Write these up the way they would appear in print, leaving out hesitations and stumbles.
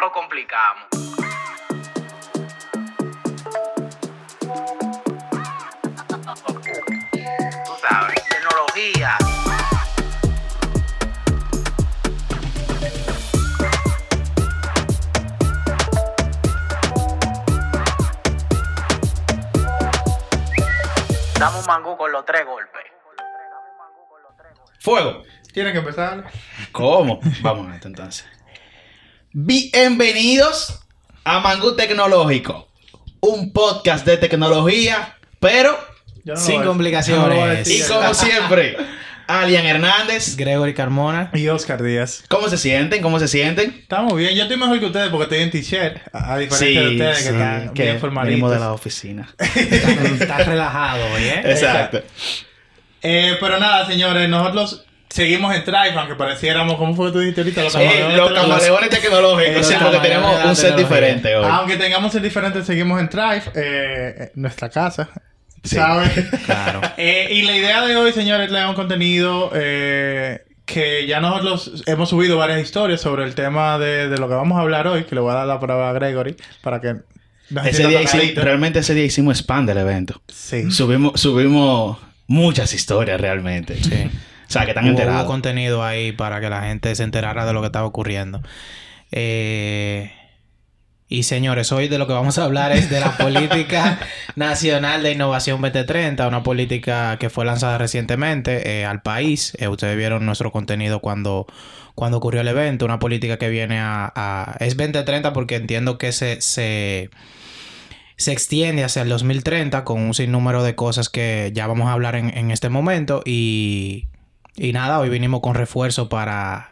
lo complicamos. Tú sabes, tecnología. Damos un mangú con los 3 golpes. ¡Fuego! Tiene que empezar. ¿Cómo? Vamos a esto entonces. Bienvenidos a Mangú Tecnológico, un podcast de tecnología, pero sin complicaciones. Y como siempre, Alian Hernández, Gregory Carmona Y Oscar Díaz. ¿Cómo se sienten? ¿Cómo se sienten? Estamos bien. Yo estoy mejor que ustedes porque estoy en t-shirt. A diferencia de ustedes que están bien formalitos. venimos de la oficina. Estás relajado, ¿eh? Exacto. Pero nada, señores, nosotros seguimos en Drive, aunque pareciéramos, ¿cómo fue que tú dijiste ahorita? Los camaleones tecnológicos, sí, porque tenemos un set diferente hoy. Aunque tengamos set diferente, seguimos en Drive, nuestra casa. Sí. ¿Sabes? Claro. Y la idea de hoy, señores, es leer un contenido que ya nosotros hemos subido varias historias sobre el tema de lo que vamos a hablar hoy, que le voy a dar la palabra a Gregory para que nos Realmente ese día hicimos spam del evento. Sí. Subimos muchas historias realmente. Sí. O sea, que están Hubo enterados. contenido ahí para que la gente se enterara de lo que estaba ocurriendo. Y señores, hoy de lo que vamos a hablar es de la Política Nacional de Innovación 2030, una política que fue lanzada recientemente al país. Ustedes vieron nuestro contenido cuando ocurrió el evento, una política que viene es 2030 porque entiendo que se extiende hacia el 2030 con un sinnúmero de cosas que ya vamos a hablar en este momento. Y nada, hoy vinimos con refuerzo para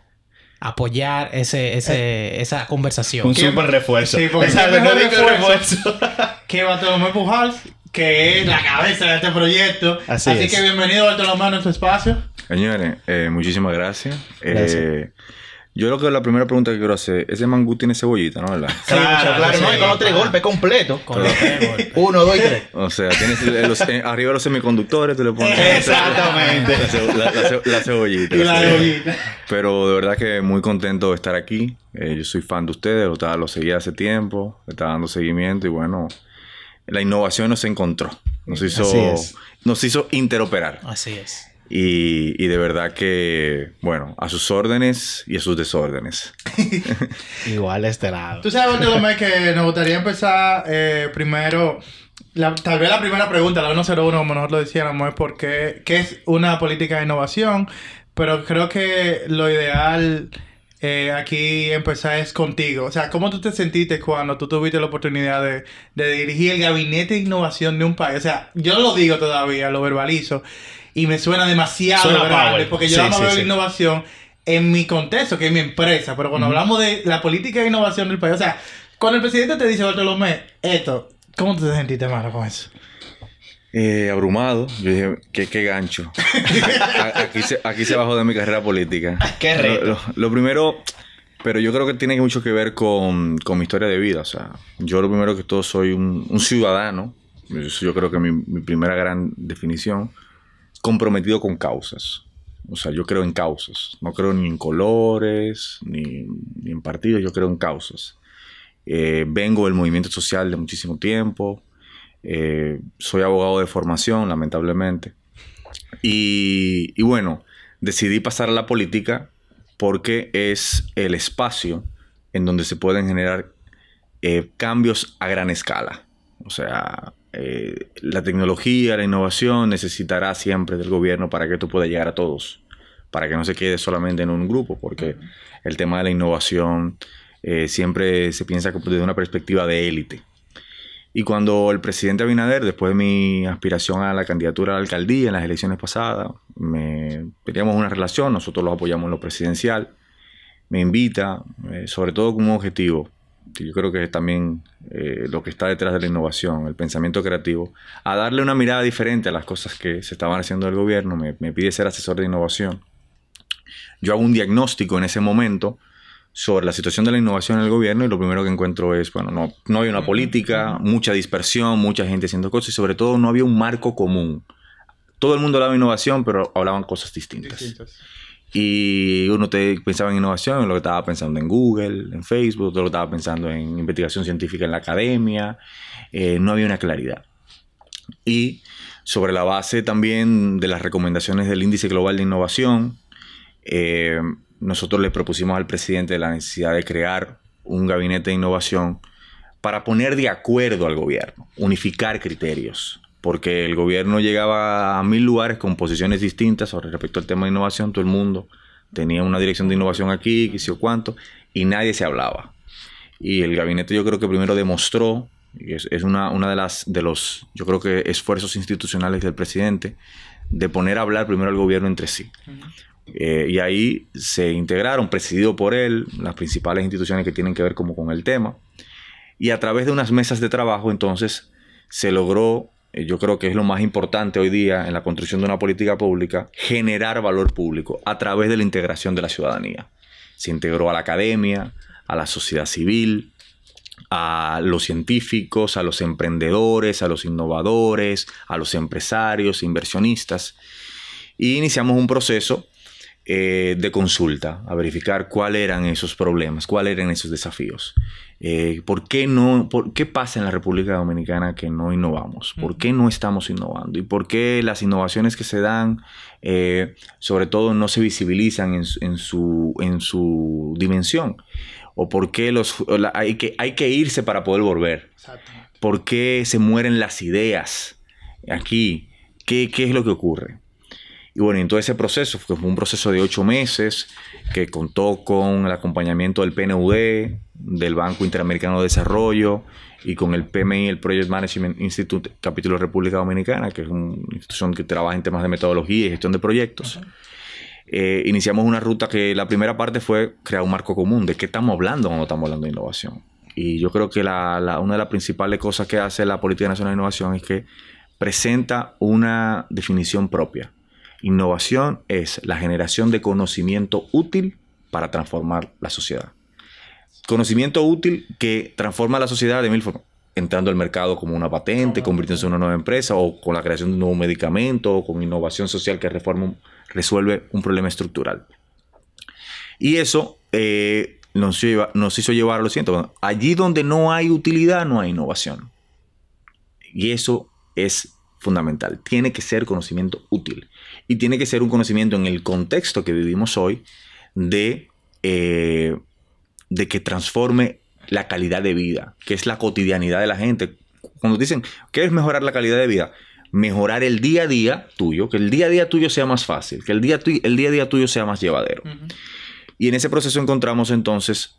apoyar esa conversación. Un super refuerzo. Sí, porque Exacto, el mejor no digo refuerzo. que Bartolomé Pujals, que es la cabeza de este proyecto. Así es. Que bienvenido, Bartolomé, a nuestro espacio. Señores, muchísimas gracias. Gracias. Yo creo que la primera pregunta que quiero hacer, ese mangú tiene cebollita, ¿no? ¿Verdad? Claro, sí. no, y con los 3 golpes completos. Con los 3 golpes. 1, 2 y 3. O sea, tienes arriba los semiconductores, tú le pones Exactamente. la cebollita. Y la cebollita. Pero de verdad que muy contento de estar aquí. Yo soy fan de ustedes, lo seguía hace tiempo, le estaba dando seguimiento y bueno, la innovación nos encontró. Nos hizo interoperar. Así es. Y de verdad que, bueno, a sus órdenes y a sus desórdenes. Igual de este lado. Tú sabes, Bartolomé, que nos gustaría empezar primero. Tal vez la primera pregunta, la 101, como nosotros lo decíamos, es por qué es una política de innovación. Pero creo que lo ideal aquí empezar es contigo. O sea, ¿cómo tú te sentiste cuando tú tuviste la oportunidad de dirigir el gabinete de innovación de un país? O sea, yo lo digo todavía, lo verbalizo. Y me suena demasiado grande porque yo veo la innovación en mi contexto, que es mi empresa. Pero cuando hablamos de la política de innovación del país, o sea, cuando el presidente te dice, Bartolomé, esto, ¿cómo te sentiste, mano, con eso? Abrumado. Yo dije, qué gancho. Aquí se bajó de mi carrera política. Qué reto. Lo primero, pero yo creo que tiene mucho que ver con mi historia de vida. O sea, yo lo primero que todo soy un ciudadano. Yo creo que mi primera gran definición, comprometido con causas. O sea, yo creo en causas. No creo ni en colores, ni en partidos. Yo creo en causas. Vengo del movimiento social de muchísimo tiempo. Soy abogado de formación, lamentablemente. Y bueno, decidí pasar a la política porque es el espacio en donde se pueden generar cambios a gran escala. O sea, la tecnología, la innovación necesitará siempre del gobierno para que esto pueda llegar a todos, para que no se quede solamente en un grupo, porque el tema de la innovación siempre se piensa desde una perspectiva de élite. Y cuando el presidente Abinader, después de mi aspiración a la candidatura a la alcaldía en las elecciones pasadas, teníamos una relación, nosotros los apoyamos en lo presidencial, me invita, sobre todo con un objetivo, que yo creo que es también lo que está detrás de la innovación, el pensamiento creativo, a darle una mirada diferente a las cosas que se estaban haciendo del gobierno. Me pide ser asesor de innovación. Yo hago un diagnóstico en ese momento sobre la situación de la innovación en el gobierno y lo primero que encuentro es, bueno, no hay una política, mucha dispersión, mucha gente haciendo cosas y sobre todo no había un marco común. Todo el mundo hablaba de innovación, pero hablaban cosas distintas. Y uno pensaba en innovación, lo que estaba pensando en Google, en Facebook, otro lo estaba pensando en investigación científica en la academia. No había una claridad. Y sobre la base también de las recomendaciones del Índice Global de Innovación, nosotros le propusimos al presidente la necesidad de crear un gabinete de innovación para poner de acuerdo al gobierno, unificar criterios. Porque el gobierno llegaba a 1000 lugares con posiciones distintas sobre respecto al tema de innovación. Todo el mundo tenía una dirección de innovación aquí, qué sé yo cuánto, y nadie se hablaba. Y el gabinete yo creo que primero demostró, y es una de los, yo creo que esfuerzos institucionales del presidente, de poner a hablar primero al gobierno entre sí. Y ahí se integraron, presidido por él, las principales instituciones que tienen que ver como con el tema. Y a través de unas mesas de trabajo, entonces, se logró, yo creo que es lo más importante hoy día en la construcción de una política pública, generar valor público a través de la integración de la ciudadanía. Se integró a la academia, a la sociedad civil, a los científicos, a los emprendedores, a los innovadores, a los empresarios, inversionistas. Y iniciamos un proceso de consulta a verificar cuáles eran esos problemas, cuáles eran esos desafíos. ¿Por qué pasa en la República Dominicana que no innovamos? ¿Por qué no estamos innovando? ¿Y por qué las innovaciones que se dan, sobre todo, no se visibilizan en su dimensión? ¿O por qué hay que irse para poder volver? ¿Por qué se mueren las ideas aquí? ¿Qué es lo que ocurre? Y bueno, en todo ese proceso, que fue un proceso de 8 meses, que contó con el acompañamiento del PNUD, del Banco Interamericano de Desarrollo, y con el PMI, el Project Management Institute, capítulo de República Dominicana, que es una institución que trabaja en temas de metodología y gestión de proyectos. Iniciamos una ruta que la primera parte fue crear un marco común de qué estamos hablando cuando estamos hablando de innovación. Y yo creo que una de las principales cosas que hace la Política Nacional de Innovación es que presenta una definición propia. Innovación es la generación de conocimiento útil para transformar la sociedad. Conocimiento útil que transforma la sociedad de 1000 formas. Entrando al mercado como una patente, convirtiéndose en una nueva empresa, o con la creación de un nuevo medicamento, o con innovación social que resuelve un problema estructural. Y eso nos hizo llevar a lo siguiente. Bueno, allí donde no hay utilidad, no hay innovación. Y eso es fundamental. Tiene que ser conocimiento útil. Y tiene que ser un conocimiento en el contexto que vivimos hoy de que transforme la calidad de vida, que es la cotidianidad de la gente. Cuando dicen, ¿qué es mejorar la calidad de vida? Mejorar el día a día tuyo, que el día a día tuyo sea más fácil, que el día a día tuyo sea más llevadero. Y en ese proceso encontramos entonces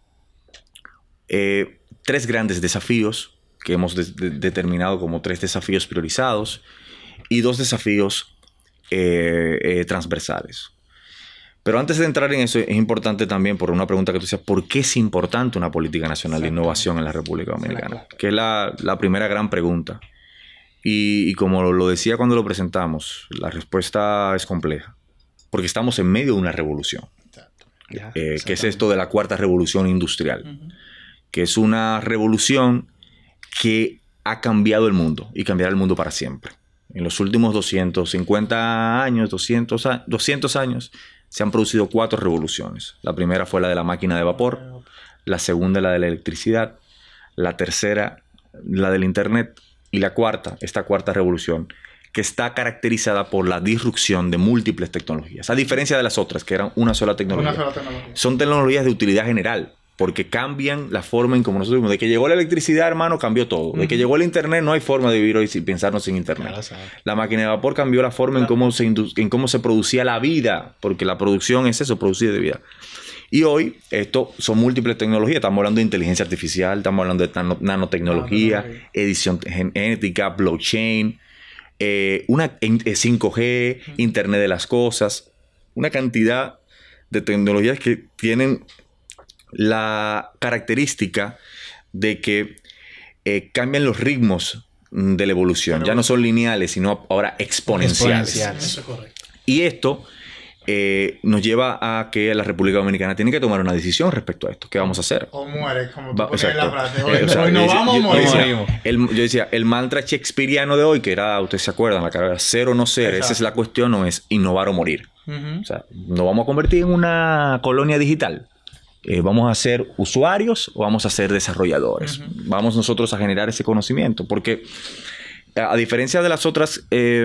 3 grandes desafíos que hemos determinado como 3 desafíos priorizados y 2 desafíos transversales. Pero antes de entrar en eso, es importante también, por una pregunta que tú decías, ¿por qué es importante una política nacional de innovación en la República Dominicana? Que es la primera gran pregunta. Y como lo decía cuando lo presentamos, la respuesta es compleja. Porque estamos en medio de una revolución. Que es esto de la 4ª revolución industrial. Que es una revolución que ha cambiado el mundo y cambiará el mundo para siempre. En los últimos 250 años, 200 años, se han producido 4 revoluciones. La primera fue la de la máquina de vapor, la segunda la de la electricidad, la tercera la del internet y la cuarta, esta 4ª revolución, que está caracterizada por la disrupción de múltiples tecnologías. A diferencia de las otras, que eran una sola tecnología. Son tecnologías de utilidad general, porque cambian la forma en cómo nosotros vivimos. De que llegó la electricidad, hermano, cambió todo. De que llegó el internet, no hay forma de vivir hoy sin pensarnos sin internet. La máquina de vapor cambió la forma en cómo se producía la vida, porque la producción es eso, producir de vida. Y hoy, esto son múltiples tecnologías. Estamos hablando de inteligencia artificial, estamos hablando de nanotecnología, edición genética, blockchain, 5G, Internet de las cosas. Una cantidad de tecnologías que tienen la característica de que cambian los ritmos de la evolución. Ya no son lineales, sino ahora exponenciales. Eso es correcto. Y esto nos lleva a que la República Dominicana tiene que tomar una decisión respecto a esto. ¿Qué vamos a hacer? O mueres, como tú pones en la frase. Hoy no vamos a morir. Yo decía, el mantra shakespeariano de hoy, que era, ustedes se acuerdan, la carrera ser o no ser, esa es la cuestión, no es innovar o morir. O sea, nos vamos a convertir en una colonia digital. ¿Vamos a ser usuarios o vamos a ser desarrolladores? Vamos nosotros a generar ese conocimiento. Porque a diferencia de las otras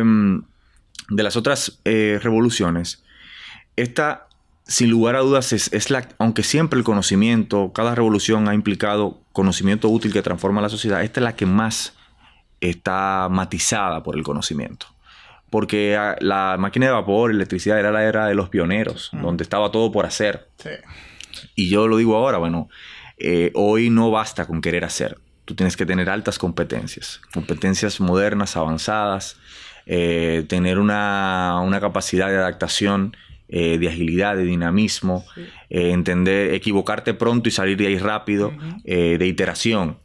revoluciones, esta, sin lugar a dudas, es la... Aunque siempre el conocimiento, cada revolución ha implicado conocimiento útil que transforma la sociedad, esta es la que más está matizada por el conocimiento. Porque la máquina de vapor, electricidad, era la era de los pioneros, donde estaba todo por hacer. Sí. Y yo lo digo ahora, bueno, hoy no basta con querer hacer. Tú tienes que tener altas competencias. Competencias modernas, avanzadas. Tener una capacidad de adaptación, de agilidad, de dinamismo. Sí. Entender, equivocarte pronto y salir de ahí rápido. De iteración.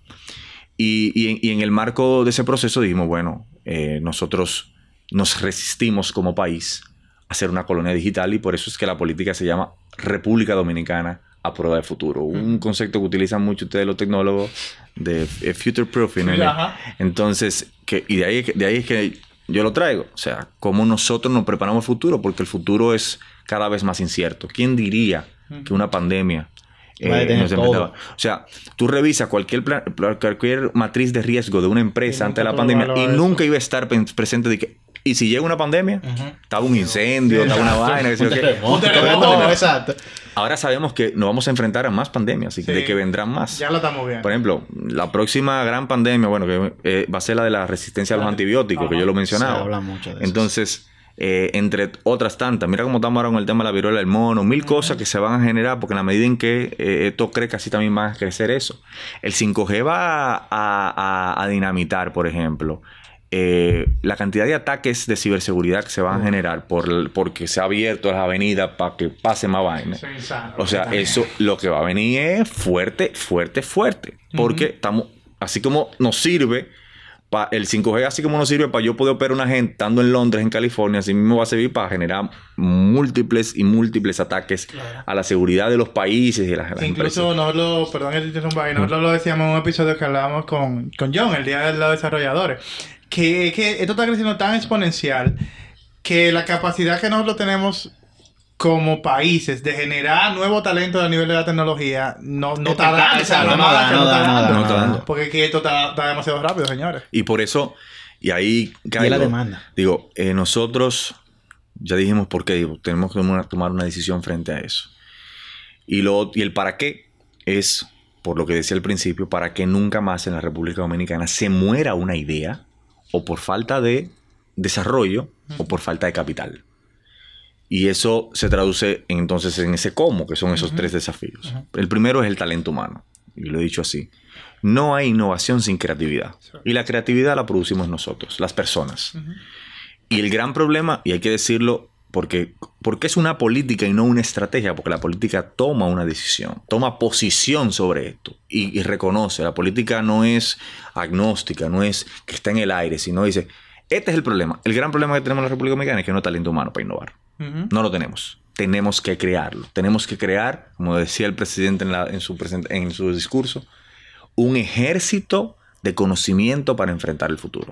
Y en el marco de ese proceso dijimos, bueno, nosotros nos resistimos como país a ser una colonia digital y por eso es que la política se llama República Dominicana a prueba de futuro. Un concepto que utilizan mucho ustedes los tecnólogos de future proofing. Sí, entonces, de ahí es que yo lo traigo. O sea, cómo nosotros nos preparamos al futuro, porque el futuro es cada vez más incierto. ¿Quién diría que una pandemia nos enfrentaba? O sea, tú revisas cualquier matriz de riesgo de una empresa antes de la pandemia y nunca iba a estar presente de que... Y si llega una pandemia, estaba un incendio, estaba una vaina, un terremoto. Exacto. Ahora sabemos que nos vamos a enfrentar a más pandemias y de que vendrán más. Ya lo estamos viendo. Por ejemplo, la próxima gran pandemia, bueno, que va a ser la de la resistencia a los antibióticos, que yo lo mencionaba. Se habla mucho de eso. Entonces, entre otras tantas, mira cómo estamos ahora con el tema de la viruela del mono, mil cosas que se van a generar, porque en la medida en que esto crezca, así también va a crecer eso. El 5G va a dinamitar, por ejemplo, la cantidad de ataques de ciberseguridad que se van a generar porque se ha abierto las avenidas para que pase más vaina. O sea, eso lo que va a venir es fuerte. Porque estamos, así como nos sirve el 5G, así como nos sirve para yo poder operar una gente estando en Londres, en California, así mismo va a servir para generar múltiples ataques a la seguridad de los países y de las incluso empresas. Nosotros lo decíamos en un episodio que hablábamos con John, el día de los desarrolladores, que esto está creciendo tan exponencial que la capacidad que nosotros tenemos como países de generar nuevo talento a nivel de la tecnología no está dando. Porque que esto está demasiado rápido, señores. Y por eso, y ahí caigo, la demanda. Digo, nosotros ya dijimos por qué, tenemos que tomar una decisión frente a eso. Y el para qué es, por lo que decía al principio, para que nunca más en la República Dominicana se muera una idea o por falta de desarrollo o por falta de capital. Y eso se traduce entonces en ese cómo, que son esos tres desafíos. El primero es el talento humano. Y lo he dicho así. No hay innovación sin creatividad. Y la creatividad la producimos nosotros, las personas. Y el gran problema, y hay que decirlo, porque es una política y no una estrategia, porque la política toma una decisión, toma posición sobre esto y reconoce. La política no es agnóstica, no es que está en el aire, sino dice, este es el problema. El gran problema que tenemos en la República Dominicana es que no hay talento humano para innovar. No lo tenemos. Tenemos que crearlo. Tenemos que crear, como decía el presidente en su discurso, un ejército de conocimiento para enfrentar el futuro.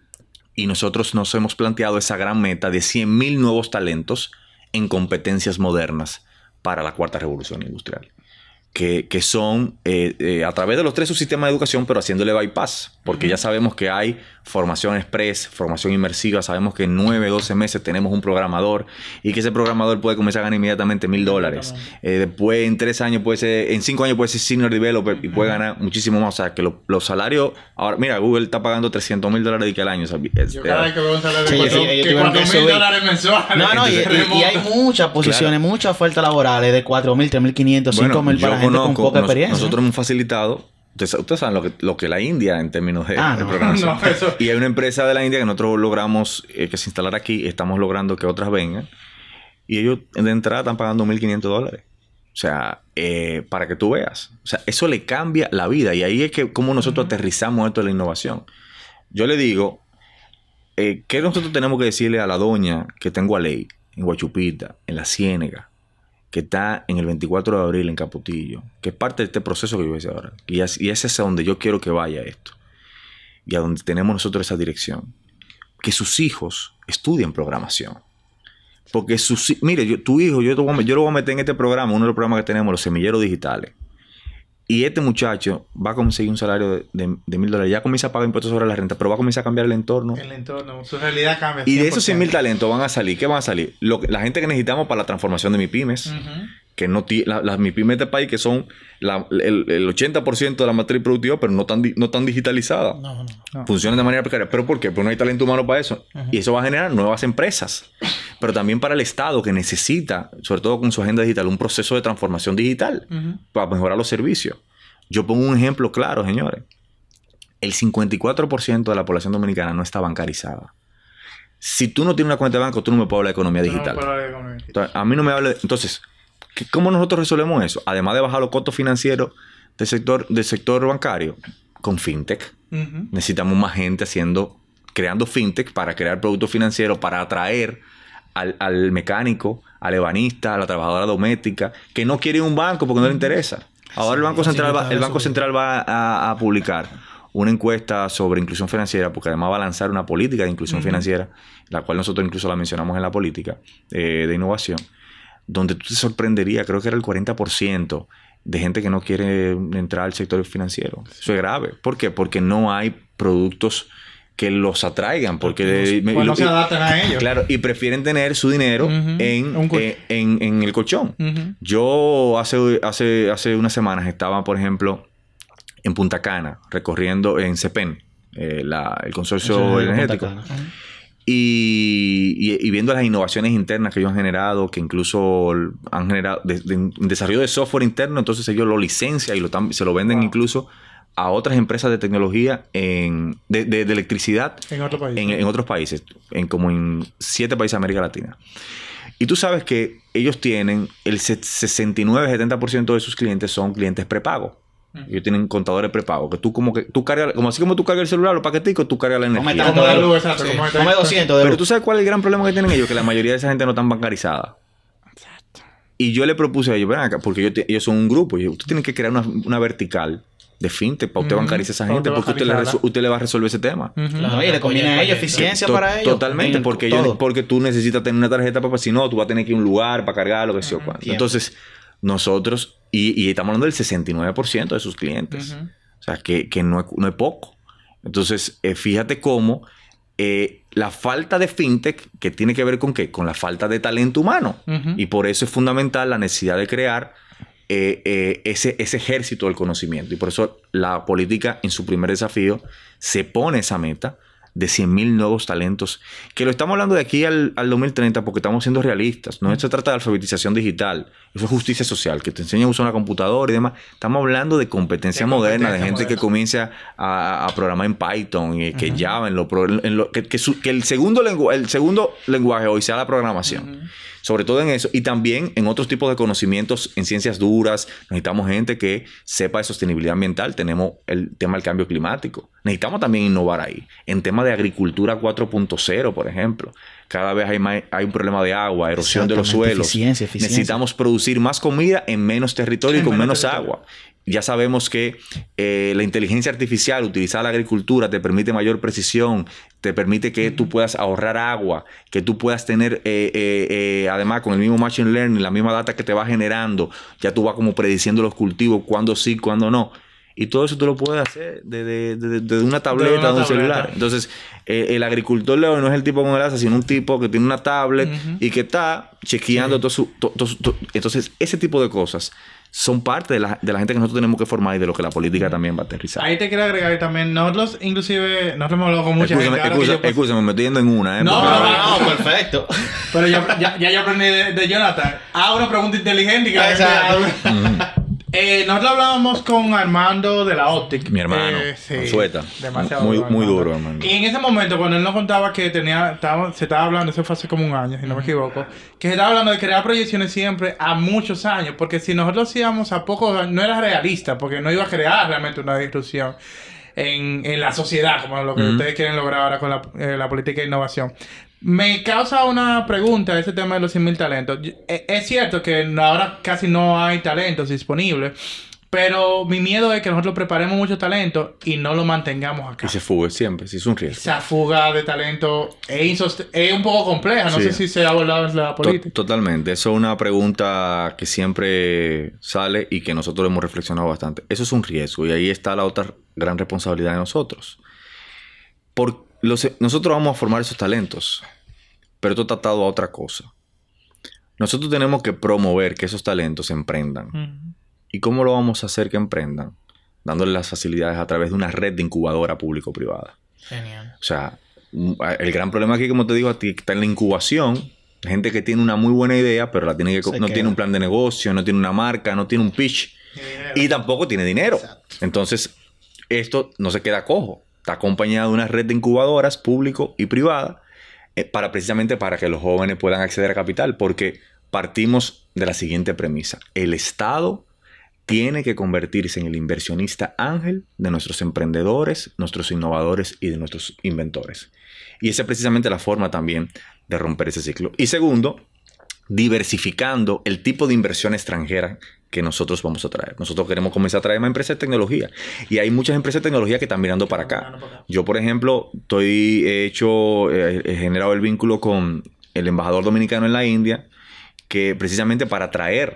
Y nosotros nos hemos planteado esa gran meta de 100,000 nuevos talentos en competencias modernas para la cuarta revolución industrial. Que son a través de los tres subsistemas de educación, pero haciéndole bypass. Porque ya sabemos que hay formación express, formación inmersiva. Sabemos que en 9, 12 meses tenemos un programador y que ese programador puede comenzar a ganar inmediatamente $1,000. Después, en 3 años, en 5 años puede ser senior developer y puede ganar muchísimo más. O sea, que los salarios... Ahora, mira, Google está pagando $300,000 al año. Yo cada vez que veo un salario de $4,000 mensuales. Y hay muchas posiciones, muchas ofertas laborales de 4,000, 3,500, 5,000 para gente con poca experiencia. Nosotros hemos facilitado... Ustedes saben lo que la India en términos de programación. Y hay una empresa de la India que nosotros logramos que se instalara aquí. Estamos logrando que otras vengan. Y ellos de entrada están pagando $1,500. O sea, para que tú veas. O sea, eso le cambia la vida. Y ahí es que como nosotros aterrizamos esto de la innovación. Yo le digo, ¿qué nosotros tenemos que decirle a la doña que tengo a ley en Guachupita, en La Ciénega, que está en el 24 de abril en Capotillo, que es parte de este proceso que yo voy a decir ahora? Y es hacia donde yo quiero que vaya esto. Y a donde tenemos nosotros esa dirección. Que sus hijos estudien programación. Porque mire, tu hijo, yo lo voy a meter en este programa, uno de los programas que tenemos, los semilleros digitales. Y este muchacho va a conseguir un salario de $1,000. Ya comienza a pagar impuestos sobre la renta, pero va a comenzar a cambiar el entorno. El entorno, su realidad cambia. Y de esos 100,000 talentos van a salir. ¿Qué van a salir? La gente que necesitamos para la transformación de MIPYMES. Que no las MIPYMES de este país, que son el 80% de la matriz productiva, pero no tan digitalizada. No. Funcionan de manera precaria. ¿Pero por qué? Porque no hay talento humano para eso. Y eso va a generar nuevas empresas. Pero también para el Estado, que necesita, sobre todo con su agenda digital, un proceso de transformación digital para mejorar los servicios. Yo pongo un ejemplo claro, señores. El 54% de la población dominicana no está bancarizada. Si tú no tienes una cuenta de banco, tú no me puedes hablar de economía digital. Entonces, a mí no me habla entonces, ¿cómo nosotros resolvemos eso? Además de bajar los costos financieros del sector bancario, con fintech. Necesitamos más gente creando fintech para crear productos financieros, para atraer al mecánico, al ebanista, a la trabajadora doméstica, que no quiere un banco porque no le interesa. Ahora el Banco Central va a publicar una encuesta sobre inclusión financiera, porque además va a lanzar una política de inclusión financiera, la cual nosotros incluso la mencionamos en la política de innovación, donde tú te sorprenderías, creo que era el 40% de gente que no quiere entrar al sector financiero. Eso es grave. ¿Por qué? Porque no hay productos que los atraigan, porque no se adaptan a ellos. Claro, y prefieren tener su dinero en el colchón. Yo hace unas semanas estaba, por ejemplo, en Punta Cana, recorriendo en CEPEN, el consorcio energético, y viendo las innovaciones internas que ellos han generado, que incluso han generado desarrollo de software interno, entonces ellos lo licencian y se lo venden incluso a otras empresas de tecnología de electricidad en otros países, como en 7 países de América Latina. Y tú sabes que ellos tienen el 69-70% de sus clientes son clientes prepagos. Ellos tienen contadores prepagos, que tú cargas, como tú cargas el celular, los paqueticos, tú cargas la energía. Come 200 de luz. Pero tú sabes cuál es el gran problema que tienen ellos, que la mayoría de esa gente no están bancarizada. Y yo le propuse a ellos, ven acá, porque ellos son un grupo, y usted tiene que crear una vertical de fintech para usted bancarizar a esa gente, porque usted le va a resolver ese tema. Claro, y le conviene a ellos eficiencia para ellos. Totalmente, porque tú necesitas tener una tarjeta, para si no, tú vas a tener que ir a un lugar para cargar lo que sea. Entonces, nosotros, y estamos hablando del 69% de sus clientes. O sea, que no es poco. Entonces, fíjate cómo la falta de fintech, que tiene que ver con ¿qué? Con la falta de talento humano. Y por eso es fundamental la necesidad de crear ese ejército del conocimiento. Y por eso la política, en su primer desafío, se pone esa meta de 100,000 nuevos talentos, que lo estamos hablando de aquí al 2030 porque estamos siendo realistas. No se trata de alfabetización digital, eso es justicia social, que te enseñan a usar una computadora y demás. Estamos hablando de competencia moderna, de gente que comience a programar en Python, y que Java, que el segundo lenguaje hoy sea la programación. Sobre todo en eso, y también en otros tipos de conocimientos en ciencias duras. Necesitamos gente que sepa de sostenibilidad ambiental. Tenemos el tema del cambio climático. Necesitamos también innovar ahí. En temas de agricultura 4.0, por ejemplo. Cada vez hay un problema de agua, erosión de los suelos. Eficiencia. Necesitamos producir más comida en menos territorio y con menos agua. Ya sabemos que la inteligencia artificial utilizada en la agricultura te permite mayor precisión, te permite que tú puedas ahorrar agua, que tú puedas tener, además con el mismo machine learning, la misma data que te va generando, ya tú vas como prediciendo los cultivos, cuándo sí, cuándo no. Y todo eso tú lo puedes hacer de una tableta, de un celular. Entonces, el agricultor de hoy no es el tipo con el asa, sino un tipo que tiene una tablet y que está chequeando todo su... Entonces, ese tipo de cosas son parte de la gente que nosotros tenemos que formar y de lo que la política también va a aterrizar. Ahí te quiero agregar también, nosotros hemos hablado con mucha gente. Escúchame, me estoy yendo en una. No, perfecto. Pero ya yo aprendí de Jonathan. Una pregunta inteligente. Nosotros hablábamos con Armando de la Optic. Mi hermano, Sueta. Demasiado muy duro, Armando. Y en ese momento, cuando él nos contaba que se estaba hablando, eso fue hace como un año, si no me equivoco, que se estaba hablando de crear proyecciones siempre a muchos años, porque si nosotros hacíamos a pocos, no era realista, porque no iba a crear realmente una disrupción en la sociedad, como lo que ustedes quieren lograr ahora con la política de innovación. Me causa una pregunta ese tema de los 100,000 talentos. Es cierto que ahora casi no hay talentos disponibles, Pero mi miedo es que nosotros preparemos mucho talento y no lo mantengamos acá. Y se fugue siempre, sí, es un riesgo. Esa fuga de talento es un poco compleja. No Sí. sé si se ha abordado en la política. Totalmente. Eso es una pregunta que siempre sale y que nosotros hemos reflexionado bastante. Eso es un riesgo y ahí está la otra gran responsabilidad de nosotros. Nosotros vamos a formar esos talentos, pero esto está atado a otra cosa. Nosotros tenemos que promover que esos talentos emprendan. Ujú. ¿Y cómo lo vamos a hacer que emprendan? Dándole las facilidades a través de una red de incubadora público-privada. Genial. O sea, el gran problema aquí, como te digo a ti, está en la incubación. Gente que tiene una muy buena idea, pero no tiene un plan de negocio, no tiene una marca, no tiene un pitch y tampoco tiene dinero. Exacto. Entonces, esto no se queda cojo. Está acompañado de una red de incubadoras público y privada precisamente para que los jóvenes puedan acceder a capital, porque partimos de la siguiente premisa. El Estado tiene que convertirse en el inversionista ángel de nuestros emprendedores, nuestros innovadores y de nuestros inventores. Y esa es precisamente la forma también de romper ese ciclo. Y segundo, diversificando el tipo de inversión extranjera que nosotros vamos a traer. Nosotros queremos comenzar a traer más empresas de tecnología. Y hay muchas empresas de tecnología que están mirando para acá. Yo, por ejemplo, he generado el vínculo con el embajador dominicano en la India, que precisamente para traer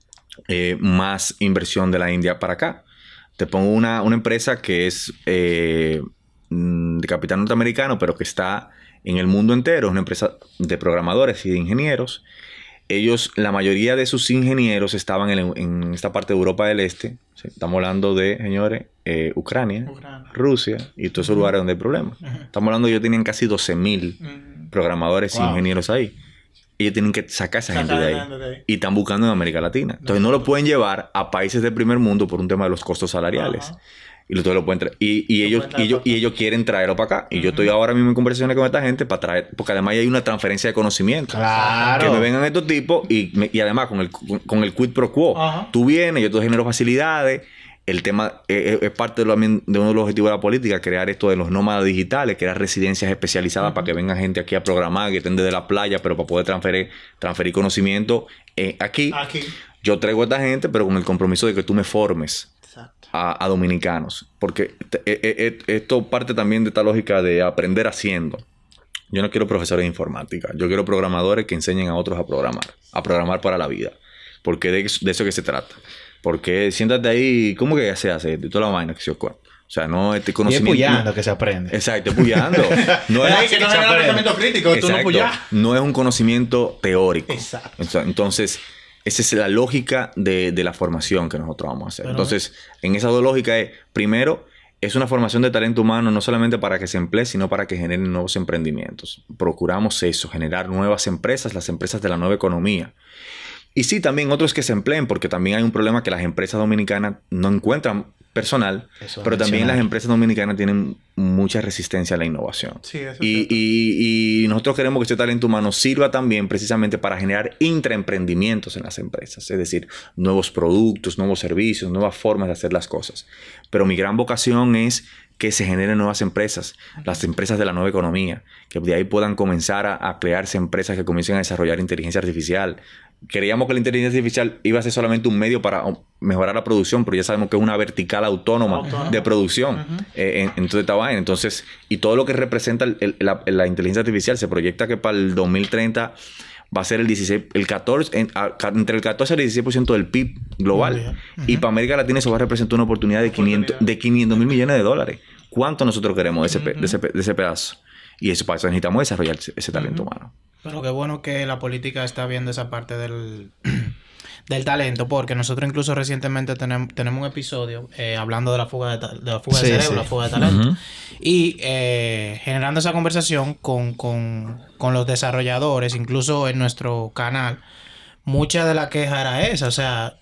más inversión de la India para acá. Te pongo una empresa que es de capital norteamericano, pero que está en el mundo entero. Es una empresa de programadores y de ingenieros. Ellos, la mayoría de sus ingenieros estaban en esta parte de Europa del Este. ¿Sí? Estamos hablando de, señores, Ucrania, Rusia y todos esos lugares donde hay problemas. Estamos hablando de ellos tenían casi 12,000 programadores y ingenieros ahí. Ellos tienen que sacar a esa gente de ahí. Y están buscando en América Latina. Entonces no lo pueden llevar a países del primer mundo por un tema de los costos salariales. Ajá. Y entonces lo pueden traer. Y ellos quieren traerlo para acá. Y yo estoy ahora mismo en conversaciones con esta gente para traer, porque además hay una transferencia de conocimiento. Claro. Que me vengan estos tipos y además con el quid pro quo. Ajá. Tú vienes, yo te genero facilidades. El tema es parte de uno de los objetivos de la política, crear esto de los nómadas digitales, crear residencias especializadas para que venga gente aquí a programar, que estén desde la playa, pero para poder transferir conocimiento aquí. Yo traigo a esta gente, pero con el compromiso de que tú me formes a dominicanos. Porque esto parte también de esta lógica de aprender haciendo. Yo no quiero profesores de informática. Yo quiero programadores que enseñen a otros a programar para la vida. Porque de eso que se trata. Porque siéntate ahí, ¿cómo que se hace? De toda la vaina que se ocurre. O sea, no este conocimiento. Y es puyando que se aprende. Exacto, es puyando. No es que no es un pensamiento crítico, tú no puyas. No es un conocimiento teórico. Exacto. Entonces, esa es la lógica de la formación que nosotros vamos a hacer. Entonces, en esa dos lógicas es, primero, es una formación de talento humano no solamente para que se emplee, sino para que generen nuevos emprendimientos. Procuramos eso, generar nuevas empresas, las empresas de la nueva economía. Y sí, también otros que se empleen, porque también hay un problema que las empresas dominicanas no encuentran personal, pero también las empresas dominicanas tienen mucha resistencia a la innovación. Sí, eso y nosotros queremos que ese talento humano sirva también precisamente para generar intraemprendimientos en las empresas, es decir, nuevos productos, nuevos servicios, nuevas formas de hacer las cosas. Pero mi gran vocación es que se generen nuevas empresas, las empresas de la nueva economía, que de ahí puedan comenzar a crearse empresas que comiencen a desarrollar inteligencia artificial. Creíamos que la inteligencia artificial iba a ser solamente un medio para mejorar la producción, pero ya sabemos que es una vertical autónoma de producción en toda esta vaina. Entonces, y todo lo que representa la inteligencia artificial, se proyecta que para el 2030 va a ser entre el 14 y el 16% del PIB global. Y para América Latina eso va a representar una oportunidad de 500 mil millones de dólares. ¿Cuánto nosotros queremos de ese pedazo? Y eso, para eso necesitamos desarrollar ese talento humano. Pero qué bueno que la política está viendo esa parte del talento, porque nosotros incluso recientemente tenemos un episodio hablando de la fuga de cerebro, la fuga de talento. Y generando esa conversación con los desarrolladores, incluso en nuestro canal, mucha de la queja era esa. O sea,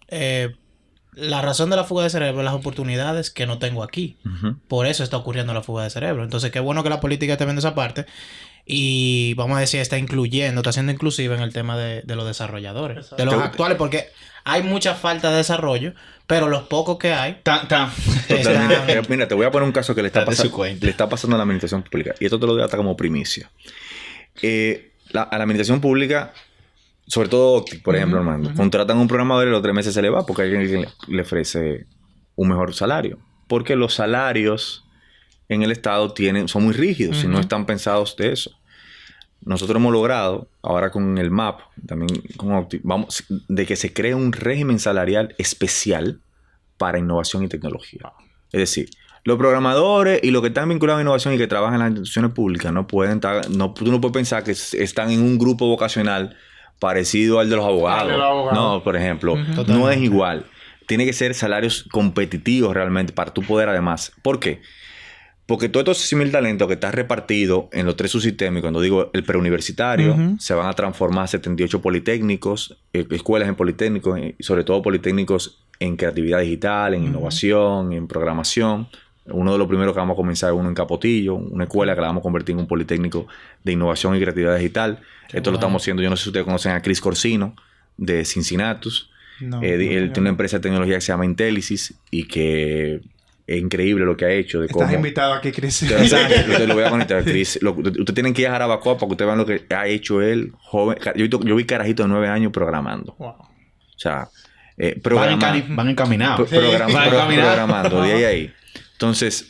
la razón de la fuga de cerebro es las oportunidades que no tengo aquí. Por eso está ocurriendo la fuga de cerebro. Entonces, qué bueno que la política esté viendo esa parte. Y vamos a decir, está siendo inclusiva en el tema de los desarrolladores. Exacto. De los actuales, porque hay mucha falta de desarrollo, pero los pocos que hay... Totalmente. Mira, te voy a poner un caso que le está pasando a la administración pública. Y esto te lo doy hasta como primicia. A la administración pública sobre todo Optic, por ejemplo, Armando, contratan a un programador y a los 3 meses se le va porque alguien le ofrece un mejor salario. Porque los salarios en el Estado son muy rígidos y no están pensados de eso. Nosotros hemos logrado, ahora con el MAP, también con Optic, de que se cree un régimen salarial especial para innovación y tecnología. Es decir, los programadores y los que están vinculados a innovación y que trabajan en las instituciones públicas tú no puedes pensar que están en un grupo vocacional parecido al de los abogados. No, por ejemplo, no es igual. Tiene que ser salarios competitivos realmente para tú poder además. ¿Por qué? Porque todo estos 6,000 talentos que está repartido en los 3 subsistemas, y cuando digo el preuniversitario, se van a transformar 78 politécnicos, escuelas en politécnicos, y sobre todo politécnicos en creatividad digital, en innovación, en programación. Uno de los primeros que vamos a comenzar es uno en Capotillo, una escuela que la vamos a convertir en un politécnico de innovación y creatividad digital. Esto lo estamos haciendo, yo no sé si ustedes conocen a Chris Corsino, de Cincinnatus. Él tiene una empresa de tecnología que se llama Intellisis y que es increíble lo que ha hecho. Estás invitado aquí, Chris. Usted lo voy a conectar, Chris. Usted tiene que ir a Jarabacoa para que usted vean lo que ha hecho él, joven. Yo vi carajitos de 9 años programando. Wow. O sea, van encaminados. Programando, de ahí. Entonces,